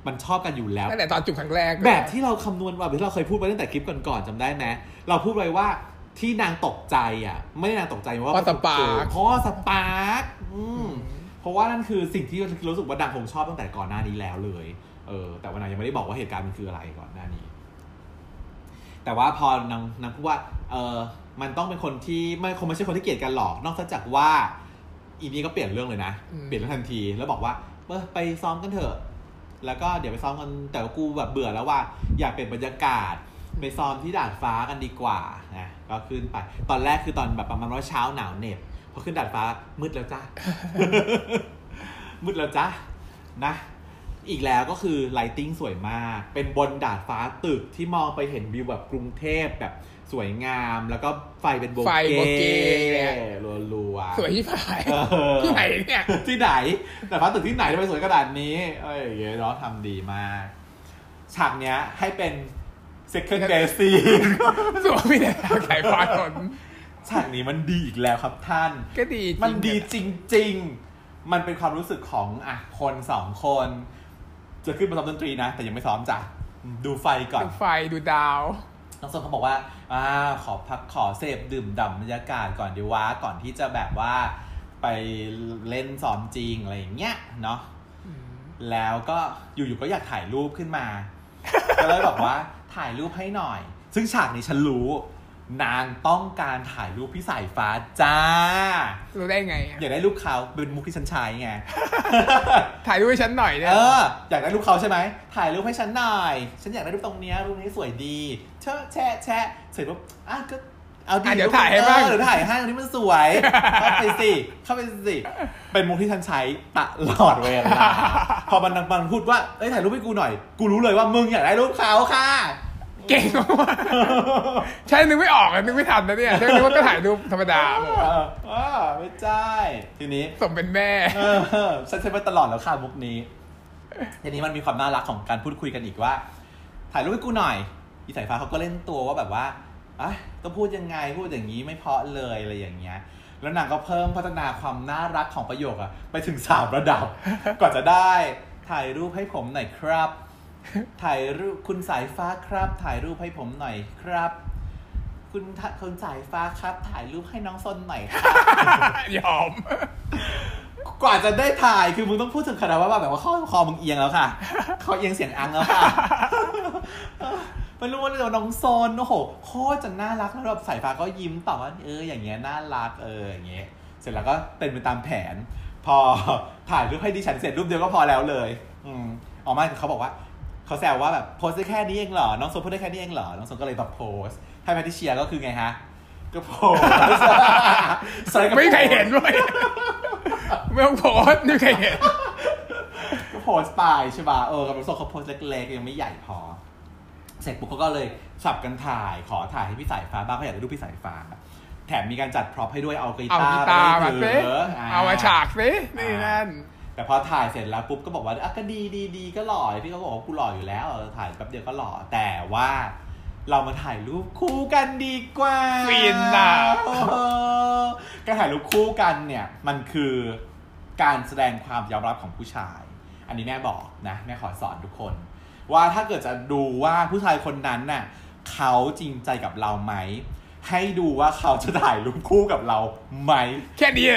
มันชอบกันอยู่แล้วตั้งแต่ตอนจูบครั้งแรกแบบที่เราคำนวณว่าที่เราเคยพูดไปตั้งแต่คลิปก่อนๆจำได้ไหมเราพูดไว้ว่าที่นางตกใจอ่ะไม่ได้นางตกใจว่าสปาร์คเพราะสปาร์คเพราะว่านั่นคือสิ่งที่รู้สึกว่าดังคงชอบตั้งแต่ก่อนหน้านี้แล้วเลยแต่ว่านางยังไม่ได้บอกว่าเหตุการณ์มันคืออะไรก่อนหน้านี้แต่ว่าพอนางพูดว่ามันต้องเป็นคนที่คงไม่ใช่คนที่เกลียดกันหรอกนอกจากว่าอีนี้ก็เปลี่ยนเรื่องเลยนะเปลี่ยนเรื่องทันทีแล้วบอกว่าไปซ้อมกันเถอะแล้วก็เดี๋ยวไปซ้อมกันแต่กูแบบเบื่อแล้วว่าอยากเปลี่ยนบรรยากาศไปซ้อมที่ดาดฟ้ากันดีกว่านะก็ขึ้นไปตอนแรกคือตอนแบบประมาณว่าเช้าหนาวเหน็บพอขึ้นดาดฟ้ามืดแล้วจ้า มืดแล้วจ้านะอีกแล้วก็คือไลติ้งสวยมากเป็นบนดาดฟ้าตึกที่มองไปเห็นวิวแบบกรุงเทพแบบสวยงามแล้วก็ไฟเป็นโบเก้รัวๆสวยที่ไหนที่ไหนเนี่ยที่ไหนแต่ฟ้าตึกที่ไหนทำไมสวยขนาดนี้อย่างเงี้ยเนาะทำดีมากฉากเนี้ยให้เป็น second best scene สวยไม่ได้สายฟ้าฝนฉากนี้มันดีอีกแล้วครับท่านก็ดีมันดีจริงๆมันเป็นความรู้สึกของคน2คนจะขึ้นมาซ้อมดนตรีนะแต่ยังไม่ซ้อมจ้ะดูไฟก่อนดูไฟดูดาวน้องส้มเขาบอกว่าขอพักขอเสพดื่มด่ำบรรยากาศก่อนดีวะก่อนที่จะแบบว่าไปเล่นซ้อมจริงอะไรอย่างเงี้ยเนาะแล้วก็อยู่ๆก็อยากถ่ายรูปขึ้นมาก็เลยบอกว่าถ่ายรูปให้หน่อยซึ่งฉากนี้ฉันรู้นางต้องการถ่ายรูปพี่สายฟ้าจ้ารู้ได้ไงอยากได้รูปเขาเป็นมุกที่ฉันใช้ไงถ่ายรูปให้ฉันหน่อยเนี่ยอยากได้รูปเขาใช่ไหมถ่ายรูปให้ฉันหน่อยฉันอยากได้รูปตรงนี้รูปนี้สวยดีแชะเสร็จปุ๊บก็เอาดีเดี๋ยวถ่ายให้บ้างเดี๋ยวถ่ายให้ตรงนี้มันสวยเข้าไปสิเป็นมุกที่ฉันใช้ตลอดเวลาพอมันพูดว่าถ่ายรูปให้กูหน่อยกูรู้เลยว่ามึงอยากได้รูปเขาค่ะเก่งมากใช่นึกไม่ออกนึกไม่ทันนะเนี่ยใช่นึกว่าก็ถ่ายรูปธรรมดาไม่ใช่ทีนี้สมเป็นแม่ฉันใช้มาตลอดแล้วค่ะมุกนี้ทีนี้มันมีความน่ารักของการพูดคุยกันอีกว่าถ่ายรูปให้กูหน่อยอีสายฟ้าเขาก็เล่นตัวว่าแบบว่าต้องพูดยังไงพูดอย่างนี้ไม่เพราะเลยอะไรอย่างเงี้ยแล้วนางก็เพิ่มพัฒนาความน่ารักของประโยคไปถึง3ระดับก่อนจะได้ถ่ายรูปให้ผมหน่อยครับถ่ายรูปคุณสายฟ้าครับถ่ายรูปให้ผมหน่อยครับคุณสายฟ้าครับถ่ายรูปให้น้องซนหน่อยครับยอมกว่าจะได้ถ่ายคือมึงต้องพูดถึงขนาดว่าแบบว่าคอมึงเอียงแล้วค่ะคอเอียงเสียงอังแล้วค่ะไม่รู้ว่าเดี๋ยวน้องซนโอ้โหโคตรจะน่ารักแล้วแบบสายฟ้าก็ยิ้มตอบว่าอย่างเงี้ยน่ารักอย่างเงี้ยเสร็จแล้วก็เป็นไปตามแผนพอถ่ายรูปให้ดิฉันเสร็จรูปเดียวก็พอแล้วเลยออกมาเขาบอกว่าเขาแซวว่าแบบโพสได้แค่นี้เองเหรอน้องโซพูดได้แค่นี้เองเหรอน้องโซก็เลยแบบโพสให้แพทริเชียก็คือไงฮะก็โพสไม่ใครเห็นด้วยไม่ต้องโพสไม่ใครเห็นก็โพสไปใช่ป่ะกับน้องโซเขาโพสเล็กๆยังไม่ใหญ่พอเสร็จปุ๊บเขาก็เลยสับกันถ่ายขอถ่ายให้พี่สายฟ้าบ้างเขาอยากได้รูปพี่สายฟ้าแถมมีการจัดพร็อพให้ด้วยเอากีตาร์มาสิเอามาฉากสินี่นั่นแต่พอถ่ายเสร็จแล้วปุ๊บก็บอกว่าก็ดีก็หล่อพี่ก็บอกว่ากูหล่ออยู่แล้วถ่ายแป๊บเดียวก็หล่อแต่ว่าเรามาถ่ายรูปคู่กันดีกว่าฟินน่ะการถ่ายรูปคู่กันเนี่ยมันคือการแสดงความยอมรับของผู้ชายอันนี้แม่บอกนะแม่ขอสอนทุกคนว่าถ้าเกิดจะดูว่าผู้ชายคนนั้นน่ะเขาจริงใจกับเราไหมให้ดูว่าเขาจะถ่ายรูปคู่กับเราไหมแค่นี้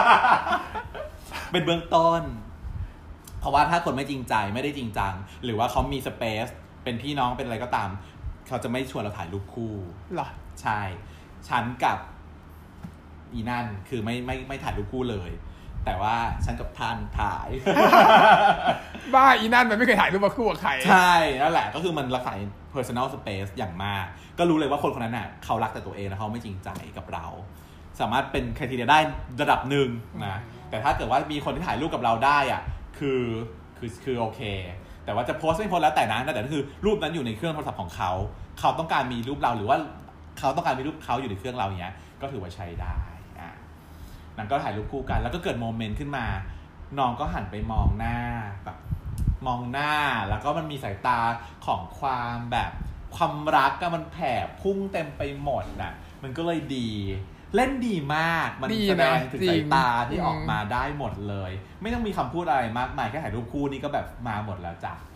เป็นเบื้องต้นเพราะว่าถ้าคนไม่จริงใจไม่ได้จริงจังหรือว่าเขามีสเปซเป็นพี่น้องเป็นอะไรก็ตามเขาจะไม่ชวนเราถ่ายรูปคู่หรอใช่ฉันกับอีนั่นคือไม่ถ่ายรูปคู่เลยแต่ว่าฉันกับท่านถ่ายบ้าอีนั่นมันไม่เคยถ่ายรูปคู่กับใครใช่นั่นแหละก็คือมันรักษา personal space อย่างมากก็รู้เลยว่าคนคนนั้นน่ะเขารักแต่ตัวเองนะเขาไม่จริงใจกับเราสามารถเป็นไครทีเรียได้ระดับหนึ่งนะแต่ถ้าเกิดว่ามีคนที่ถ่ายรูปกับเราได้อ่ะคือโอเคแต่ว่าจะโพสไม่โพสแล้วแต่นะแต่คือรูปนั้นอยู่ในเครื่องโทรศัพท์ของเขาต้องการมีรูปเราหรือว่าเขาต้องการมีรูปเขาอยู่ในเครื่องเราอย่างเงี้ยก็ถือว่าใช้ได้นางก็ถ่ายรูปคู่กันแล้วก็เกิดโมเมนต์ขึ้นมาน้องก็หันไปมองหน้าแบบมองหน้าแล้วก็มันมีสายตาของความแบบความรักก็มันแผ่พุ่งเต็มไปหมดน่ะมันก็เลยดีเล่นดีมากมันแสดงถึงสายตาที่ออกมาได้หมดเลยไม่ต้องมีคำพูดอะไรมากมายแค่ถ่ายรูปคู่นี่ก็แบบมาหมดแล้วจ้ะ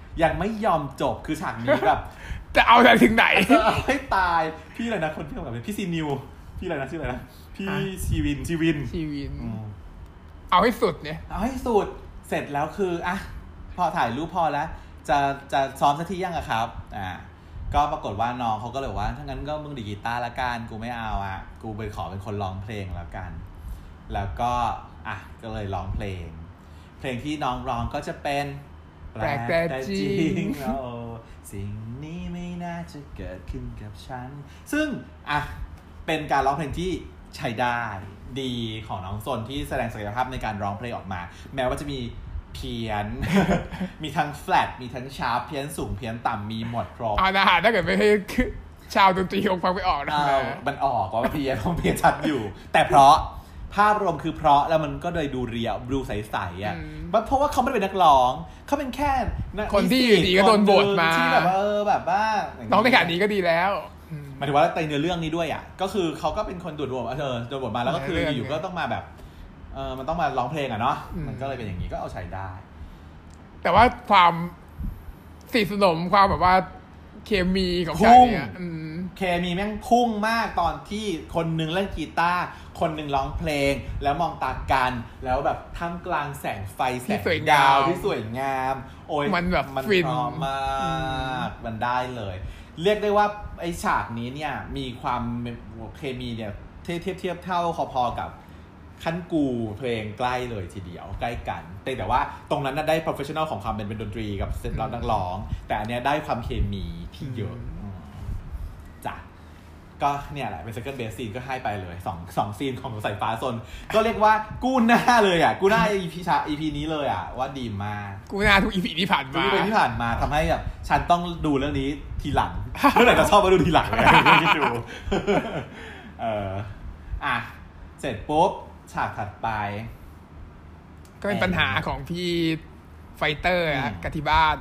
ยังไม่ยอมจบคือฉากนี้แบบจะเอาแต่ถึงไหนเอาให้ตายพี่อะไรนะคนที่ทำกับพี่ซีนิวพี่อะไรนะชื่ออะไรนะพี่ชีวินเอาให้สุดเนี่ยเอาให้สุดเสร็จแล้วคืออ่ะพอถ่ายรูปพอแล้วจะซ้อมสักทียังอะครับก็ปรากฏว่าน้องเขาก็เลยว่าถ้างั้นก็มึงดีดกีตาร์ละกันกูไม่เอาอ่ะกูไปขอเป็นคนร้องเพลงแล้วกันแล้วก็ก็เลยร้องเพลงที่น้องร้องก็จะเป็นแปลกแต่จริงสิ่งนี้ไม่น่าจะเกิดขึ้นกับฉันซึ่งเป็นการร้องเพลงที่ใช้ได้ดีของน้องซนที่แสดงศักยภาพในการร้องเพลงออกมาแม้ว่าจะมีเพี้ยน มีทั้งแฟลตมีทั้งชาร์ปเพี้ยนสูงเพี้ยนต่ำมีหมดครบนะฮะถ้าเกิดไม่ให้ชาวดนตรีคงฟังไม่ออกนะมันออกว่าเพี้ยนของเพี้ยนชัดอยู่แต่เพราะภาพรวมคือเพราะแล้วมันก็เลยดูเรียวดูใสๆอ่ะเพราะว่าเขาไม่ได้เป็นนักร้องเขาเป็นแค่คนที่อยู่ดีก็โดนบทมาที่แบบแบบว่าน้องในขณะนี้ก็ดีแล้วหมายถึงว่าในเนื้อเรื่องนี้ด้วยอ่ะก็คือเขาก็เป็นคนโดนบทมาแล้วก็คืออยู่ก็ต้องมาแบบมันต้องมาร้องเพลงอ่ะเนาะมันก็เลยเป็นอย่างนี้ก็เอาใช้ได้แต่ว่าความสนิทสนมความแบบว่าเคมีของฉากเนี่ยเคมีแม่งพุ่งมากตอนที่คนนึงเล่นกีตาร์คนนึงร้องเพลงแล้วมองตากันแล้วแบบท่ามกลางแสงไฟแสงดาวที่สวยงามโอ้ยมันแบบมันพร้อมมากมันได้เลยเรียกได้ว่าไอ้ฉากนี้เนี่ยมีความเคมีเนี่ยเทียบเท่าพอๆกับขั้นกูเพลงใกล้เลยทีเดียวใกล้กันแต่ว่าตรงนั้นน่ะได้ professional ของความเป็นดนตรีกับเซตร้องนักร้องแต่อันเนี้ยได้ความเคมีที่เยอะจ้ะก็เนี่ยแหละเป็น second best scene ก็ให้ไปเลย2ซีนของสายฟ้าซนก็เรียกว่ากู้หน้าเลยอ่ะกู้หน้า EP นี้เลยอ่ะว่าดีมากกู้หน้าทุก EP ที่ผ่านมาทำให้แบบฉันต้องดูเรื่องนี้ทีหลังเมื่อไหร่จะชอบมาดูทีหลังเลยที่ดูเสร็จปุ๊บฉากถัดไปก็เป็นปัญหาของพี่ไฟเตอร์กับที่บ้าน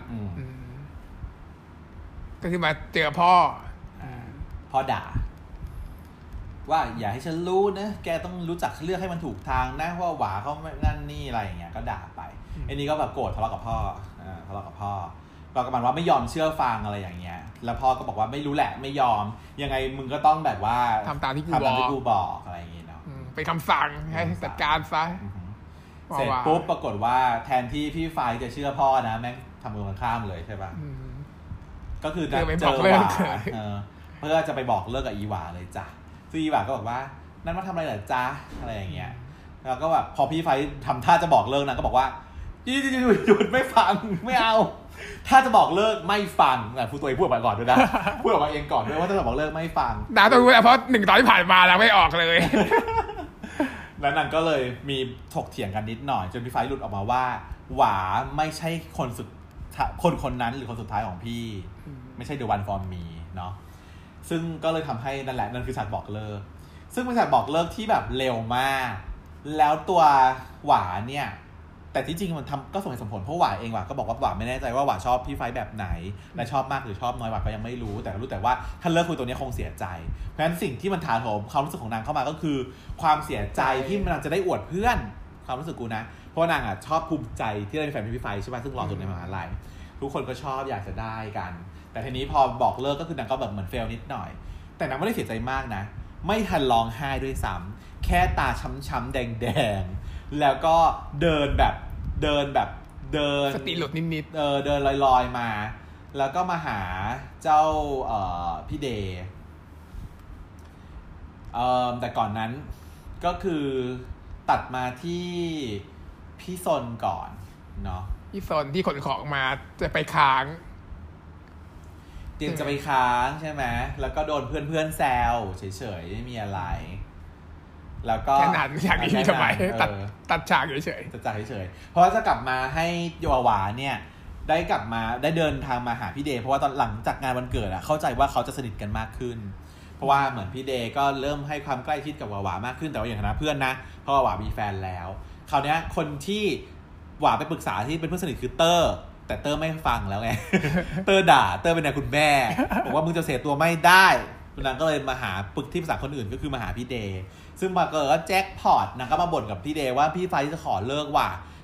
ก็คือมาเจอพ่อด่าว่าอย่าให้ฉันรู้นะแกต้องรู้จักเลือกให้มันถูกทางนะว่าหวาเขานั่นนี่อะไรอย่างเงี้ยก็ด่าไปไอ้นี่ก็แบบโกรธทะเลาะกับพ่อก็ประมาณว่าไม่ยอมเชื่อฟังอะไรอย่างเงี้ยแล้วพ่อก็บอกว่าไม่รู้แหละไม่ยอมยังไงมึงก็ต้องแบบว่าทำตามที่กูบอกอะไรอย่างเงี้ยเนาะเป็นคำสั่งให้จัดการซะเสร็จปุ๊บปรากฏว่าแทนที่พี่ไฟจะเชื่อพ่อนะแม่งทำตรงข้ามเลยใช่ป่ะก็คือเจอหวาเพื่อจะไปบอกเลิกกับอีหวาเลยจ้ะซึ่งอีหวาก็บอกว่านั่นมาทำอะไรเหรอจ๊ะอะไรอย่างเงี้ยแล้วก็แบบพอพี่ไฟทำท่าจะบอกเลิกนะก็บอกว่าหยุดไม่ฟังไม่เอาถ้าจะบอกเลิกไม่ฟังพูดตัวเองพูดออกมาก่อนด้วยนะพูดออกมาเองก่อนด้วยว่าถ้าจะบอกเลิกไม่ฟังด่าตัวรู้เพราะ1 ตอนที่ผ่านมาแล้วไม่ออกเลยแล้วนั่นก็เลยมีถกเถียงกันนิดหน่อยจนพี่ไฟหลุดออกมาว่าหวาไม่ใช่คนนั้นหรือคนสุดท้ายของพี่ไม่ใช่ The One for Me เนาะซึ่งก็เลยทำให้นั่นคือฉากบอกเลิกซึ่งเป็นฉากบอกเลิกที่แบบเร็วมากแล้วตัวหวาเนี่ยแต่ที่จริงมันทำก็สมเหตุสมผลเพราะหวาเองหวาก็บอกว่าหวาไม่แน่ใจว่าหวาชอบพี่ไฟแบบไหนและชอบมากหรือชอบน้อยหวาก็ยังไม่รู้แต่รู้แต่ว่าถ้าเลิกคุยตัวนี้คงเสียใจเพราะฉะนั้นสิ่งที่มันถาโถมความรู้สึกของนางเข้ามาก็คือความเสียใจที่มันจะได้อวดเพื่อนความรู้สึกกูนะเพราะนางชอบภูมิใจที่ได้เป็นแฟนพี่ไฟใช่ป่ะซึ่งหล่อสุดในมหาลัยทุกคนก็ชอบอยากจะได้กันแต่ทีนี้พอบอกเลิกก็คือนางก็แบบเหมือนเฟลนิดหน่อยแต่นางไม่ได้เสียใจมากนะไม่ทันร้องไห้ด้วยซ้ำแค่ตาช้ำๆแดงๆแล้วก็เดินสติหลุดนิดๆเดินลอยๆมาแล้วก็มาหาเจ้าพี่เดย์แต่ก่อนนั้นก็คือตัดมาที่พี่ซนก่อนเนาะพี่ซนที่ขนของมาจะไปค้างเตรียมจะไปค้างใช่ไหมแล้วก็โดนเพื่อนแซวเฉยๆไม่มีอะไรแล้วก็แค่นั้นฉากนี้ทำไมตัดฉากเฉยเพราะว่าจะกลับมาให้โยวาวาเนี่ยได้กลับมาได้เดินทางมาหาพี่เดย์เพราะว่าตอนหลังจากงานวันเกิดเข้าใจว่าเขาจะสนิทกันมากขึ้นเพราะว่าเหมือนพี่เดย์ก็เริ่มให้ความใกล้ชิดกับวาวามากขึ้นแต่ว่าอย่างฐานะเพื่อนนะเพราะว่าวามีแฟนแล้วคราวนี้คนที่วาไปปรึกษาที่เป็นเพื่อนสนิทคือเตอร์แต่เตอร์ไม่ฟังแล้วไง เตอร์ด่าเตอร์เป็นนายคุณแม่บอกว่ามึงจะเสียตัวไม่ได้นางก็เลยมาหาปรึกที่ปรึกษาคนอื่นก็คือมาหาพี่เดย์ซึ่งมาเกิดก็แจ็คพอตนางก็มาบ่นกับพี่เดย์ว่าพี่ไฟจะขอเลิกว่ะ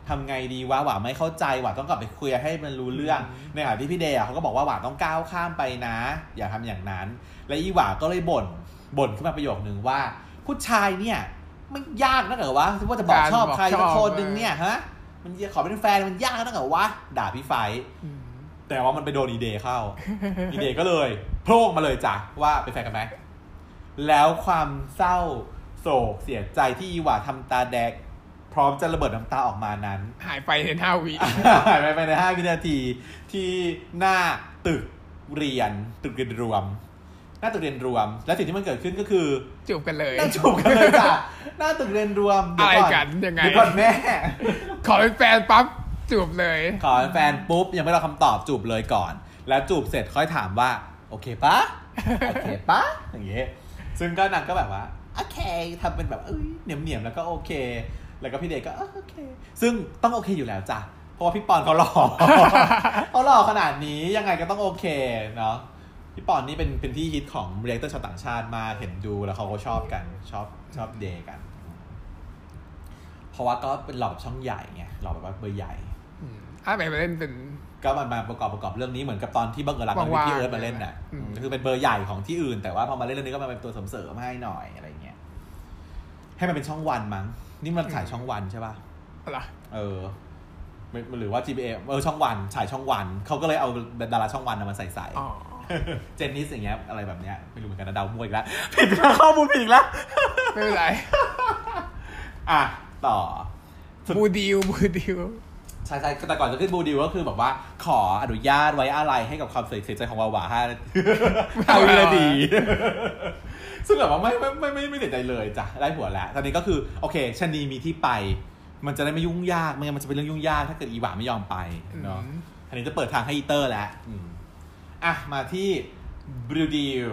ทำไงดีวะหวานไม่เข้าใจหวานต้องกลับไปคุยให้มันรู้เรื่องในขณะที่พี่เดย์เขาก็บอกว่าหวานต้องก้าวข้ามไปนะอย่าทำอย่างนั้นและอีหวานก็เลยบ่นขึ้นมาประโยคนึงว่าผู้ชายเนี่ยไม่ยากนะเหรอวะที่ว่าจะบอกชอบใครสักคนนึงเนี่ยฮะมันขอเป็นแฟนมันยากนะเหรอวะด่าพี่ไฟแต่ว่ามันไปโดนอีเดย์เข้าอีเดย์ก็เลยโผล่มาเลยจ้ะว่าเป็นแฟนกันไหมแล้วความเศร้าโศกเสียใจที่อีหวาทำตาแดงพร้อมจะระเบิดน้ำตาออกมานั้นหายไปใน5 วิหายไปใน5 วินาทีที่หน้าตึกเรียนรวมหน้าตึกเรียนรวมและสิ่งที่มันเกิดขึ้นก็คือจูบกันเลยนั่งจูบกันเลยจ้ะหน้าตึกเรียนรวมอะไรกันยังไงเดี๋ยวก่อนแม่ขอเป็นแฟนปั๊บจูบเลยขอเป็นแฟนปุ๊บยังไม่รอคำตอบจูบเลยก่อนแล้วจูบเสร็จค่อยถามว่าโอเคปะโอเคปะอย่างเงี้ยซึ่งก็นางก็แบบว่าโอเคทำเป็นแบบเหนียมแล้วก็โอเคแล้วก็พี่เดย์ก็โอเคซึ่งต้องโอเคอยู่แล้วจ้ะเพราะว่าพี่ปอนเขาหล่อขนาดนี้ยังไงก็ต้องโอเคเนาะพี่ปอนนี่เป็นที่ฮิตของเรียกเตอร์ชาวต่างชาติมาเห็นดูแล้วเขาก็ชอบกันชอบเดย์กันเพราะว่าก็เป็นหล่อแบบช่องใหญ่ไงหล่อแบบว่าเบอร์ใหญ่ไปเล่นเป็นก็มาประกอบเรื่องนี้เหมือนกับตอนที่บังเอิญรักกับพี่เอิร์ธมาเล่นน่ะคือเป็นเบอร์ใหญ่ของที่อื่นแต่ว่าพอมาเล่นเรื่องนี้ก็มาเป็นตัวเสริมให้หน่อยอะไรเงี้ยให้มันเป็นช่องวันมั้งนี่มันฉายช่องวันใช่ป่ะอะไรหรือว่า GBA ช่องวันฉายช่องวันเขาก็เลยเอาดาราช่องวันมาใส่เจนนิสอย่างเงี้ยอะไรแบบเนี้ยไม่รู้เหมือนกันนะเดามั่วอีกแล้วผิดข้อมูลผิดอีกแล้วไม่เป็นไรต่อบูดิวใช่แต่ก่อนจะขึ้นบูดิวก็คือแบบว่าขออนุญาตไว้อะไรให้กับความเสียใจของวาวาให้เอาเลยดีซึ่งแบบว่าไม่เสียใจเลยจ้ะได้หัวแล้วตอนนี้ก็คือโอเคชนีมีที่ไปมันจะได้ไม่ยุ่งยากไม่งั้นมันจะเป็นเรื่องยุ่งยากถ้าเกิดอีหวาไม่ยอมไปเนาะอันนี้จะเปิดทางให้อีเตอร์แล้วมาที่บูดิว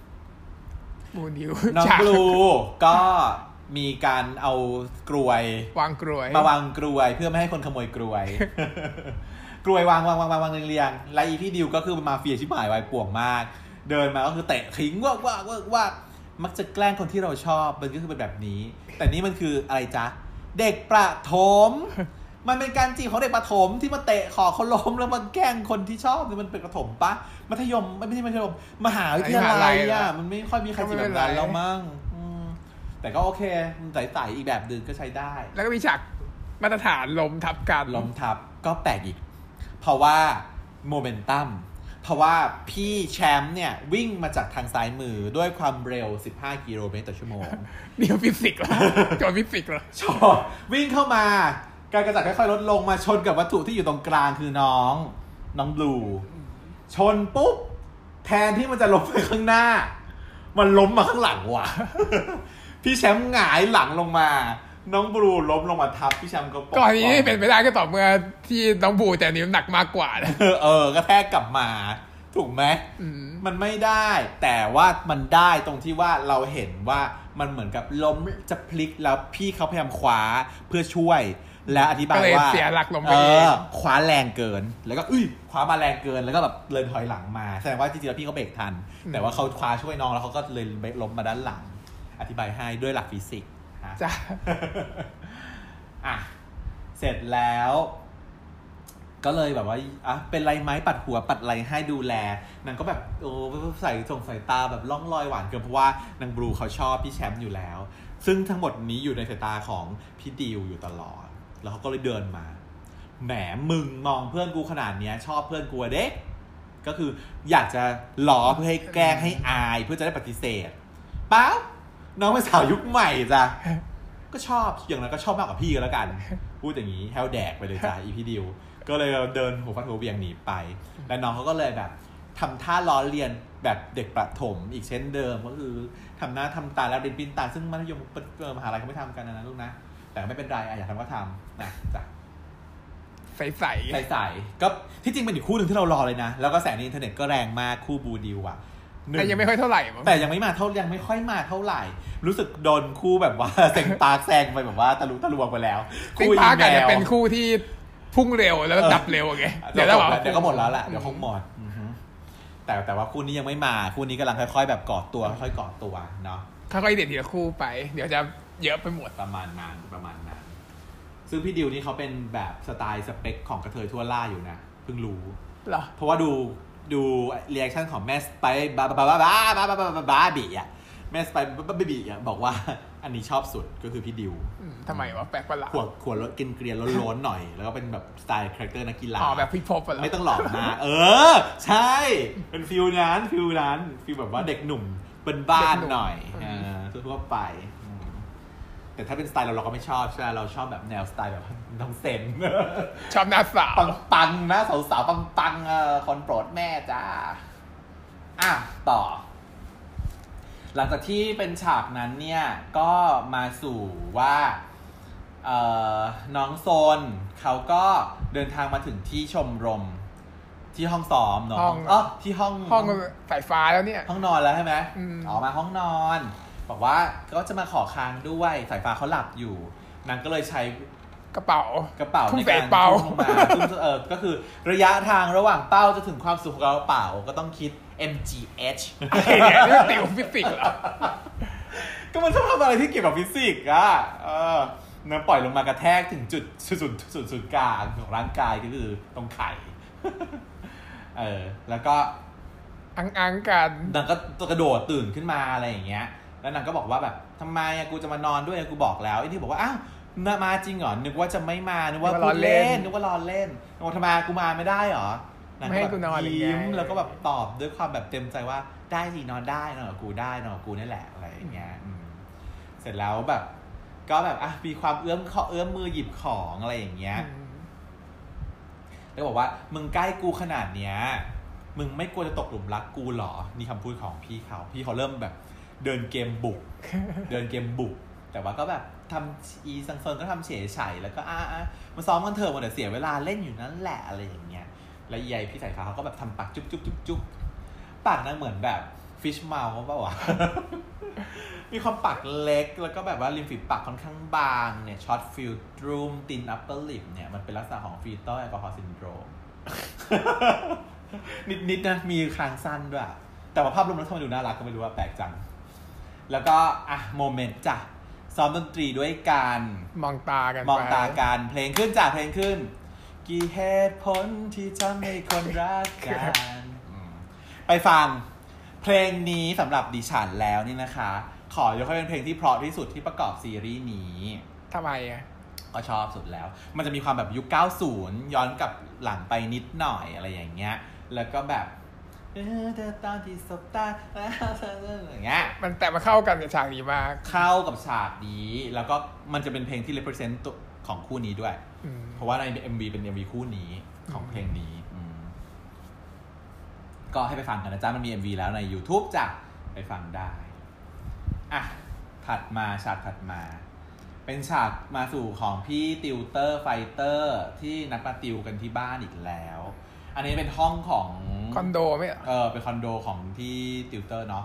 น้องบลูก็มีการเอากลวยวางกลวยมาวางกลวยเพื่อไม่ให้คนขโมยกลวยกลวยวางเรียงและอีพี่ดิวก็คือมาเฟียชิบหายวายป่วงมากเดินมาก็คือเตะทิ้งว่ามักจะแกล้งคนที่เราชอบมันก็คือเป็นแบบนี้แต่นี่มันคืออะไรจ๊ะเด็กประถมมันเป็นการจีบของเด็กประถมที่มาเตะขอเขาล้มแล้วมาแกล้งคนที่ชอบนี่มันเป็นประถมปะมัธยมไม่ใช่มัธยมมหาวิทยาลัยมันไม่ค่อยมีใครจีบแบบนั้นแล้วมั้งแต่ก็โอเคใส่อีกแบบดึงก็ใช้ได้แล้วก็มีฉากมาตรฐานล้มทับก็แปลกอีกเพราะว่าโมเมนตัมเพราะว่าพี่แชมป์เนี่ยวิ่งมาจากทางซ้ายมือด้วยความเร็ว15 กิโลเมตรต่อชั่วโมงเดี๋ยวฟิสิกส์ละจอฟิสิกส์ละชอวิ่งเข้ามาการกระจัดค่อยๆลดลงมาชนกับวัตถุที่อยู่ตรงกลางคือน้องบลูชนปุ๊บแทนที่มันจะล้มไปข้างหน้ามันล้มมาข้างหลังว่ะพี่แชมป์หงายหลังลงมาน้องบลูล้มลงมาทับพี่แชมป์ก็ก่อนนี้เป็นไปได้ก็ต่อเมื่อที่น้องบลูแต่นิ้วหนักมากกว่านะก็แทกกลับมาถูกไหมมันไม่ได้แต่ว่ามันได้ตรงที่ว่าเราเห็นว่ามันเหมือนกับล้มจะพลิกแล้วพี่เขาพยายามคว้าเพื่อช่วยและอธิบายว่าเสียหลักลงไปคว้าแรงเกินแล้วก็คว้ามาแรงเกินแล้วก็แบบเลยถอยหลังมาแสดงว่าจริงๆแล้วพี่เขาเบรกทันแต่ว่าเขาคว้าช่วยน้องแล้วเขาก็เลยล้มมาด้านหลังอธิบายให้ด้วยหลักฟิสิกส์จ้ะเสร็จแล้วก็เลยแบบว่าเป็นไรไหมปัดหัวปัดไหลให้ดูแลนางก็แบบใส่สายตาแบบล่องลอยหวานเกินเพราะว่านางบลูเขาชอบพี่แชมป์อยู่แล้วซึ่งทั้งหมดนี้อยู่ในสายตาของพี่ดิวอยู่ตลอดแล้วเขาก็เลยเดินมาแหมมึงมองเพื่อนกูขนาดนี้ชอบเพื่อนกูเด็กก็คืออยากจะล้อเพื่อให้แกล้งให้อายเพื่อจะได้ปฏิเสธเปล่าน้องเป็นสาวยุคใหม่จ้ะก็ชอบอย่างนั้นก็ชอบมากกว่าพี่ก็แล้วกันพูดอย่างนี้แฮวแดกไปเลยจ้ะอีพี่ดิวก็เลยเดินหัวฟัดหัวเวียงหนีไปและน้องเขาก็เลยแบบทำท่าล้อเลียนแบบเด็กประถมอีกเช่นเดิมก็คือทำหน้าทำตาแล้วดินปิ้นตาซึ่งมัธยมมหาลัยเขาไม่ทำกันนะลูกนะแต่ไม่เป็นไรอยากทำก็ทำนะจ้ะใส่ก็ที่จริงเป็นอีกคู่หนึ่งที่เรารอเลยนะแล้วก็แสงในอินเทอร์เน็ตก็แรงมากคู่บูดิวแต่ยังไม่ค่อยเท่าไหร่แต่ยังไม่ค่อยมาเท่าไหร่รู้สึกโดนคู่แบบว่าเซ็งปาร์คแซงไปแบบว่าตะลุไปแล้วคู่ปาร์คอาจจะเป็นคู่ที่พุ่งเร็วแล้วดับเร็วไงเดี๋ยวก็หมดแล้วแหละเดี๋ยวคงหมดแต่ว่าคู่นี้ยังไม่มาคู่นี้กำลังค่อยๆแบบก่อตัวค่อยๆก่อตัวเนาะค่อยๆเด็ดทีละคู่ไปเดี๋ยวจะเยอะไปหมดประมาณนั้นซึ่งพี่ดิวนี่เขาเป็นแบบสไตล์สเปคของกระเทยทั่วล่าอยู่นะเพิ่งรู้เหรอเพราะว่าดูเรีแอคชั่นของแม่สไปบาบีอ่ะแม่สไปบาบีอ่ะบอกว่าอันนี้ชอบสุดก็คือพี่ดิวทำไมวะแปลกประหลาดขวดรสกินเกลียนล้นๆหน่อยแล้วก็เป็นแบบสไตล์คาแรคเตอร์นักกีฬาแบบพี่พบไม่ต้องหล่อมากใช่เป็นฟิลนั้นฟิลแบบว่าเด็กหนุ่มเป็นบ้านหน่อยทั่วไปแต่ถ้าเป็นสไตล์เราก็ไม่ชอบใช่ไหมเราชอบแบบแนวสไตล์แบบน้องเซนชอบหน้าสาวปังนะสาวปังคนโปรดแม่จ้าต่อหลังจากที่เป็นฉากนั้นเนี่ยก็มาสู่ว่าน้องโซนเขาก็เดินทางมาถึงที่ชมรมที่ห้องซ้อมเนาะที่ห้องสายฟ้าแล้วเนี่ยห้องนอนแล้วใช่ไหมมาห้องนอนบอกว่าก็จะมาขอค้างด้วยสายฟ้าเขาหลับอยู่นางก็เลยใช้กระเป๋าในการทุ่มลงมาก็คือระยะทางระหว่างเป้าจะถึงความสูงของกระเป๋าก็ต้องคิด mgh นี่ติวฟิสิกส์เหรอก็มันชอบทำอะไรที่เกี่ยวกับฟิสิกส์อ่ะน้ำปล่อยลงมากระแทกถึงจุดศูนย์กลางของร่างกายก็คือตรงไข่แล้วก็อังกันนางก็กระโดดตื่นขึ้นมาอะไรอย่างเงี้ยแล้วนางก็บอกว่าแบบทำไมกูจะมานอนด้วยกูบอกแล้วไอ้ที่บอกว่าอ้าวมาจริงเหรอนึกว่าจะไม่มานึกว่าพูดเล่นนึกว่ารอเล่นบอกทำไมกูมาไม่ได้เหรอไม่ให้กูนอนยิ้มแล้วก็แบบตอบด้วยความแบบเต็มใจว่าได้สินอนได้นอนกับกูได้นอนกับกูนี่แหละอะไรอย่างเงี้ยเสร็จแล้วแบบก็แบบมีความเอื้อมมือหยิบของอะไรอย่างเงี้ยแล้วบอกว่ามึงใกล้กูขนาดเนี้ยมึงไม่กลัวจะตกหลุมรักกูหรอนี่คำพูดของพี่เขาเริ่มแบบเดินเกมบุก แต่ว่าก็แบบทำอีซังเฟิงก็ทำเฉยๆแล้วก็มาซ้อมกันเถอะมันเดี๋ยวเสียเวลาเล่นอยู่นั่นแหละอะไรอย่างเงี้ยแล้วยายพี่สายฟ้าเขาก็แบบทำปากจุ๊บปากนั่นเหมือนแบบฟิชเมาส์ป่าววะ มีความปากเล็กแล้วก็แบบว่าริมฝีปากค่อนข้างบางเนี่ยช็อตฟิลดรูมตินอัปเปอร์ลิปเนี่ยมันเป็นลักษณะของฟีตอลแอลกอฮอล์ซินโดรม นิดนะมีคางสั้นด้วยแต่ว่าภาพรวมแล้วทำไมดูน่ารักก็ไม่รู้ว่าแปลกจังแล้วก็โมเมนต์จ้ะซ้อมดนตรีด้วยกันมองตากันเพลงขึ้นจ้ะเพลงขึ้นกี่เหตุผลที่ทำให้คนรักกันไปฟังเพลงนี้สำหรับดิฉันแล้วนี่นะคะขอยกให้เป็นเพลงที่เพราะที่สุดที่ประกอบซีรีส์นี้ทำไมก็ชอบสุดแล้วมันจะมีความแบบยุค90ย้อนกลับหลังไปนิดหน่อยอะไรอย่างเงี้ยแล้วก็แบบตอนที่สบตาอย่างเงี้ยมันแต่มาเข้ากันกับฉากนี้มากเข้ากับฉากนี้แล้วก็มันจะเป็นเพลงที่ represent ตัวของคู่นี้ด้วยเพราะว่าใน MV เป็น MV คู่นี้ของเพลงนี้ก็ให้ไปฟังกันนะจ๊ะมันมี MV แล้วใน YouTube จ้ะไปฟังได้ฉากถัดมาเป็นฉากมาสู่ของพี่ติวเตอร์ไฟเตอร์ที่นัดมาติวกันที่บ้านอีกแล้วอันนี้เป็นห้องของคอนโดไหมเป็นคอนโดของพี่ติวเตอร์เนาะ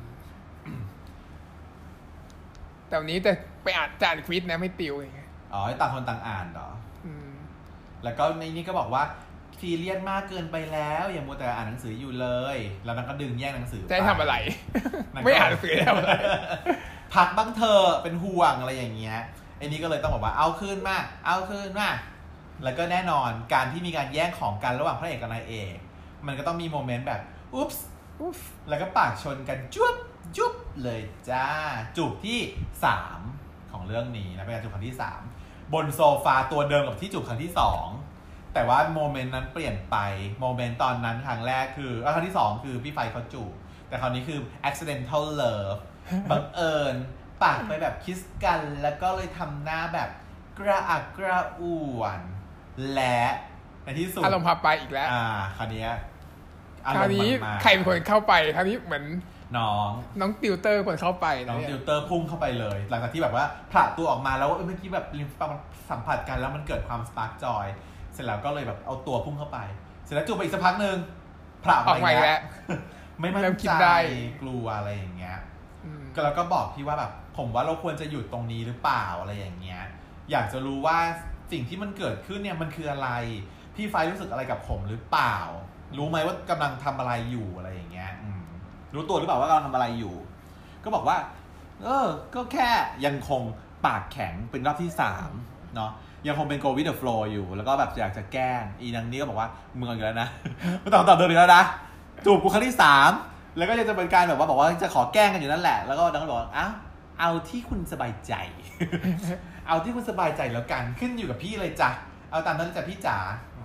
แต่วันนี้แต่ไปอ่านจานควิสนะไม่ติวอย่างเงี้ยให้ต่างคนต่างอ่านเหรอแล้วก็ในนี้ก็บอกว่าซีเรียสมากเกินไปแล้วอย่ามัวแต่อ่านหนังสืออยู่เลยแล้วนั่นก็ดึงแย่งหนังสือจะทำอะไรไม่อ่านหนังสือแล้วอะไรพักบ้างเธอเป็นห่วงอะไรอย่างเงี้ยไอ้นี้ก็เลยต้องบอกว่าเอาคืนมาแล้วก็แน่นอนการที่มีการแย่งของกันระหว่างพระเอกกับนายเอกมันก็ต้องมีโมเมนต์แบบอุ๊บแล้วก็ปากชนกันจุ๊บเลยจ้าจูบที่3ของเรื่องนี้นะเป็นการจูบครั้งที่3บนโซฟาตัวเดิมกับที่จูบครั้งที่2แต่ว่าโมเมนต์นั้นเปลี่ยนไปโมเมนต์ตอนนั้นครั้งแรกคือครั้งที่2คือพี่ไฟเขาจูบแต่คราวนี้คือ accidental love บังเอิญปากไปแบบคิสกันแล้วก็เลยทำหน้าแบบกระอักกระอ่วนและในที่สุดอารมณ์พาไปอีกแล้วคราวนี้ใครเป็นคนเข้าไปคราวนี้เหมือนน้องติวเตอร์คนเข้าไปน้องติวเตอร์พุ่งเข้าไปเลยหลังจากที่แบบว่าผละตัวออกมาแล้วเมื่อกี้แบบริมฝีปากสัมผัสกันแล้วมันเกิดความสปาร์กจอยเสร็จแล้วก็เลยแบบเอาตัวพุ่งเข้าไปเสร็จแล้วจูบไปอีกสักพักนึงผละออกมาแล้วไม่มั่นใจกลัวอะไรอย่างเงี้ยก็แล้วก็บอกพี่ว่าแบบผมว่าเราควรจะหยุดตรงนี้หรือเปล่าอะไรอย่างเงี้ยอยากจะรู้ว่าสิ่งที่มันเกิดขึ้นเนี่ยมันคืออะไรพี่ไฟรู้สึกอะไรกับผมหรือเปล่ารู้ไหมว่ากำลังทำอะไรอยู่อะไรอย่างเงี้ยรู้ตัวหรือเปล่าว่ากำลังทำอะไรอยู่ก็บอกว่าก็แค่ยังคงปากแข็งเป็นรอบที่เนาะยังคงเป็น go with the flow อยู่แล้วก็แบบอยากจะแกล้งอีนางนี้ก็บอกว่ามึงเอาอยู่แล้วนะไม่ต้องตอบเดิมอีกแล้วนะจูบกูครั้งที่3แล้วก็จะเป็นการแบบว่าบอกว่าจะขอแกล้งกันอยู่นั่นแหละแล้วก็นางก็บอกเอาที่คุณสบายใจ เอาที่คุณสบายใจแล้วกันขึ้นอยู่กับพี่เลยจ้ะเอาตามนั้นจ้ะพี่จ๋า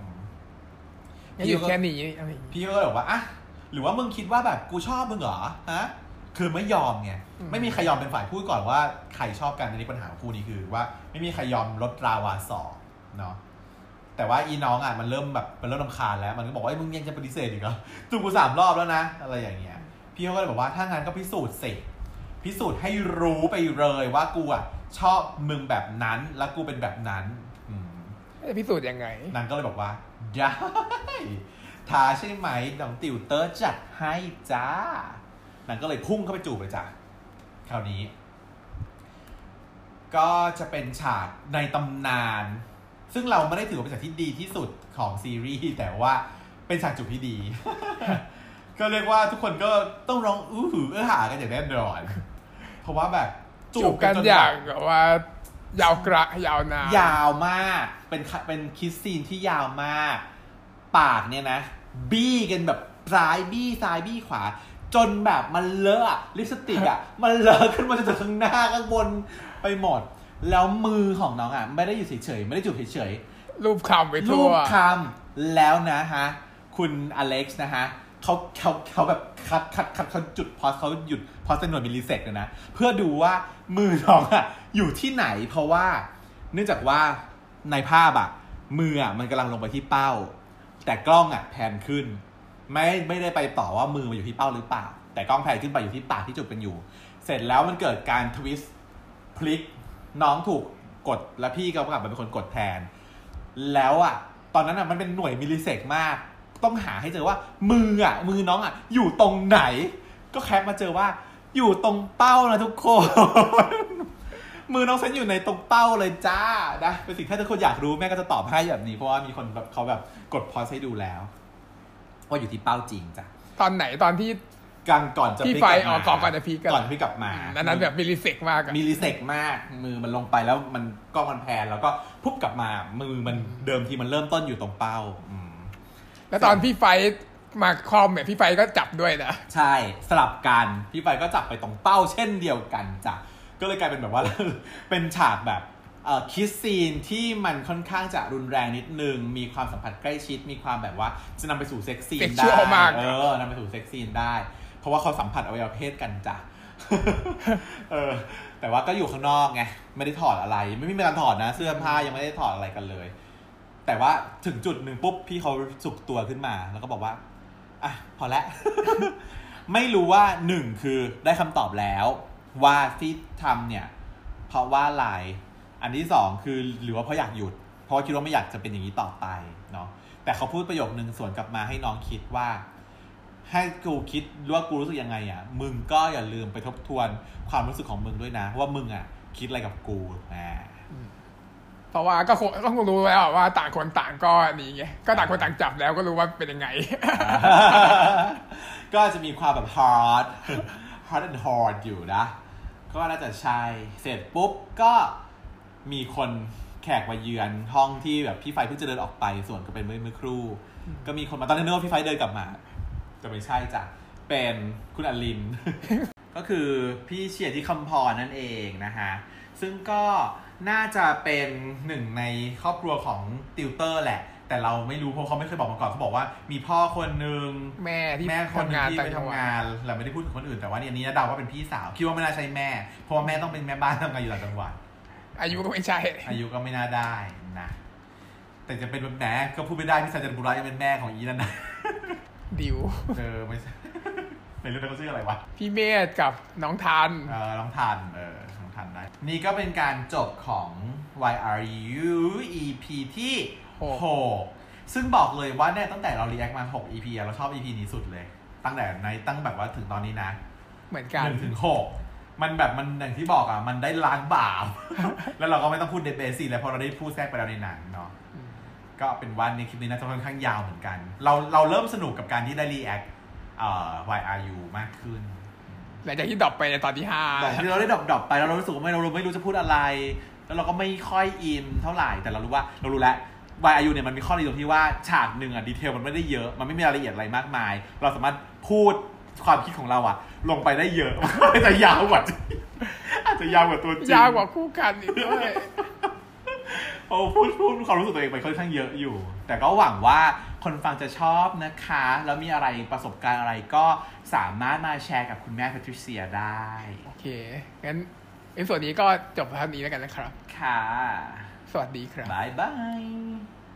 อยู่แค่นี้พี่ก็เลยบอกว่าหรือว่ามึงคิดว่าแบบกูชอบมึงเหรอฮะคือไม่ยอมไงไม่มีใครยอมเป็นฝ่ายพูดก่อนว่าใครชอบกันในนี้ปัญหาคู่นี้คือว่าไม่มีใครยอมลดราวาสอกเนาะแต่ว่าอีน้องมันเริ่มรำคาญแล้วมันก็บอกว่ามึงยังจะปฏิเสธอีกเหรอจูบกู3 รอบแล้วนะอะไรอย่างเงี้ยพี่ก็เลยบอกว่าถ้างั้นก็พิสูจน์สิพิสูจน์ให้รู้ไปเลยว่ากูชอบมึงแบบนั้นแล้วกูเป็นแบบนั้นพิสูจน์ยังไงนางก็เลยบอกว่าได้ท้าใช่ไหมน้องติวเตอร์จัดให้จ้านางก็เลยพุ่งเข้าไปจูบเลยจ้ะคราวนี้ก็จะเป็นฉากในตำนานซึ่งเราไม่ได้ถือว่าเป็นฉากที่ดีที่สุดของซีรีส์แต่ว่าเป็นฉากจูบที่ดี ก็เรียกว่าทุกคนก็ต้องร้องหือหากันอย่างแน่นอนเพราะว่าแบบจูบกันอย่างแบบว่ายาวนานยาวมากเป็นคิสซีนที่ยาวมากปากเนี่ยนะบี้กันแบบซ้ายบี้ขวาจนแบบมันเลอะลิปสติกมันเลอะขึ้นมาจนถึงข้างหน้าข้างบนไปหมดแล้วมือของน้องไม่ได้อยู่เฉยๆไม่ได้จูบเฉยๆรูปคำไปทั่วรูปคำแล้วนะฮะคุณอเล็กซ์นะฮะเขาแบบคัดเขาจุดพอสเขาหยุดพอสเป็นหน่วยมิลลิเซกเลยนะเพื่อดูว่ามือน้องอยู่ที่ไหนเพราะว่าเนื่องจากว่าในภาพมือมันกำลังลงไปที่เป้าแต่กล้องแพนขึ้นไม่ได้ไปต่อว่ามือมันอยู่ที่เป้าหรือเปล่าแต่กล้องแพนขึ้นไปอยู่ที่ปากที่จุดกันอยู่เสร็จแล้วมันเกิดการทวิสต์พลิกน้องถูกกดและพี่ก็กลับมาเป็นคนกดแทนแล้วตอนนั้นมันเป็นหน่วยมิลลิเซกมากต้องหาให้เจอว่ามือน้องอยู่ตรงไหนก็แคปมาเจอว่าอยู่ตรงเป้านะทุกคนมือน้องเซนอยู่ในตรงเป้าเลยจ้านะเป็นสิ่งที่ทุกคนอยากรู้แม่ก็จะตอบให้แบบนี้เพราะว่ามีคนแบบเขาแบบกดพอสให้ดูแล้วว่าอยู่ที่เป้าจริงจ้ะตอนไหนตอนที่ก่อนจะพี่ไฟออกก่อนจะพีกันก่อนพี่กลับมานั้นแบบมิลลิเซกมากมิลลิเซกมากมือมันลงไปแล้วมันกล้องมันแพนแล้วก็พุบกลับมามือมันเดิมทีมันเริ่มต้นอยู่ตรงเป้าแล้วตอนพี่ไฟมาคอมเนี่ยพี่ไฟก็จับด้วยนะใช่สลับกันพี่ไฟก็จับไปตรงเป้าเช่นเดียวกันจ้ะก็เลยกลายเป็นแบบว่าเป็นฉากแบบคิสซีนที่มันค่อนข้างจะรุนแรงนิดนึงมีความสัมผัสใกล้ชิดมีความแบบว่าจะนำไปสู่เซ็กซีนได้นำไปสู่เซ็กซีนได้เพราะว่าเขาสัมผัสอวัยวะเพศกันจ้ะแต่ว่าก็อยู่ข้างนอกไงไม่ได้ถอดอะไรไม่มีการถอดนะเสื้อผ้ายังไม่ได้ถอดอะไรกันเลยแต่ว่าถึงจุดหนึ่งปุ๊บพี่เขาสุกตัวขึ้นมาแล้วก็บอกว่าพอแล้ว ไม่รู้ว่า1คือได้คำตอบแล้วว่าที่ทำเนี่ยเพราะว่าอะไรอันที่2คือหรือว่าเพราะอยากหยุดเพราะคิดว่าไม่อยากจะเป็นอย่างนี้ต่อไปเนาะแต่เขาพูดประโยคนึงสวนกลับมาให้น้องคิดว่าให้กูคิดว่ากูรู้สึกยังไงมึงก็อย่าลืมไปทบทวนความรู้สึกของมึงด้วยนะว่ามึงคิดอะไรกับกูเพราะว่าก็ต้องรู้แล้วว่าต่างคนต่างก็นี่ไงก็ต่างคนต่างจับแล้วก็รู้ว่าเป็นยังไงก็จะมีความแบบ hard and hard อยู่นะก็น่าจะใช่เสร็จปุ๊บก็มีคนแขกมาเยือนห้องที่แบบพี่ไฟเพิ่งจะเดินออกไปส่วนก็เป็นเมื่อครู่ก็มีคนมาตอนนั้นนึกว่าพี่ไฟเดินกลับมาก็ไม่ใช่จ้ะเป็นคุณอลิน ก็คือพี่เชียร์ที่คำพรนั่นเองนะฮะซึ่งก็น่าจะเป็นหนึ่งในครอบครัวของติวเตอร์แหละแต่เราไม่รู้เพราะเขาไม่เคยบอกมาก่อนเขาบอกว่ามีพ่อคนนึงแม่คนนึงที่ไปทำงานเราไม่ได้พูดถึงคนอื่นแต่ว่านี้เดาว่าเป็นพี่สาวคิดว่าไม่น่าใช่แม่เพราะว่าแม่ต้องเป็นแม่บ้านทำงานอยู่ต่างจังหวัดอายุก็ไม่ใช่อายุก็ไม่น่าได้นะแต่จะเป็นแบบแหนก็พูดไม่ได้พี่สันจันทบุรียังเป็นแม่ของอีนั่นนะดิวไม่ใช่ในเรื่องนั้นเขาชื่ออะไรวะพี่เมธกับน้องทันน้องทันน้องทันได้นี่ก็เป็นการจบของ Why Are You EP ที่6ซึ่งบอกเลยว่าเนี่ยตั้งแต่เรา react มา6 EP เราชอบ EP นี้สุดเลยตั้งแบบว่าถึงตอนนี้นะเหมือนกัน 1 ถึง 6มันแบบมันอย่างที่บอกมันได้ล้างบาป แล้วเราก็ไม่ต้องพูดเดทเบสิแล้วเพราะเราได้พูดแทรกไปแล้วในหนังเนาะก็เป็นวันในคลิปนี้นะจะค่อนข้างยาวเหมือนกันเราเริ่มสนุกกับการที่ได้ react Why Are You มากขึ้นหลังจากที่ดรอปไปในตอนที่5 แต่ที่เราได้ดรอปไปแล้วเรารู้สึกว่าเราไม่รู้จะพูดอะไรแล้วเราก็ไม่ค่อยอินเท่าไหร่แต่เรารู้แล้ววายอายุเนี่ยมันมีข้อดีตรงที่ว่าฉากหนึ่งอะดีเทลมันไม่ได้เยอะมันไม่มีรายละเอียดอะไรมากมายเราสามารถพูดความคิดของเราอะลงไปได้เยอะอาจจะยาวกว่าตัวจริงยาวกว่าคู่กันอีกด้วยโอ้พูดความรู้สึกตัวเองไปค่อนข้างเยอะอยู่แต่ก็หวังว่าคนฟังจะชอบนะคะแล้วมีอะไรประสบการณ์อะไรก็สามารถมาแชร์กับคุณแม่แพทริเซียได้โอเคงั้นในส่วนนี้ก็จบเท่านี้แล้วกันนะครับค่ะสวัสดีครับบ๊ายบาย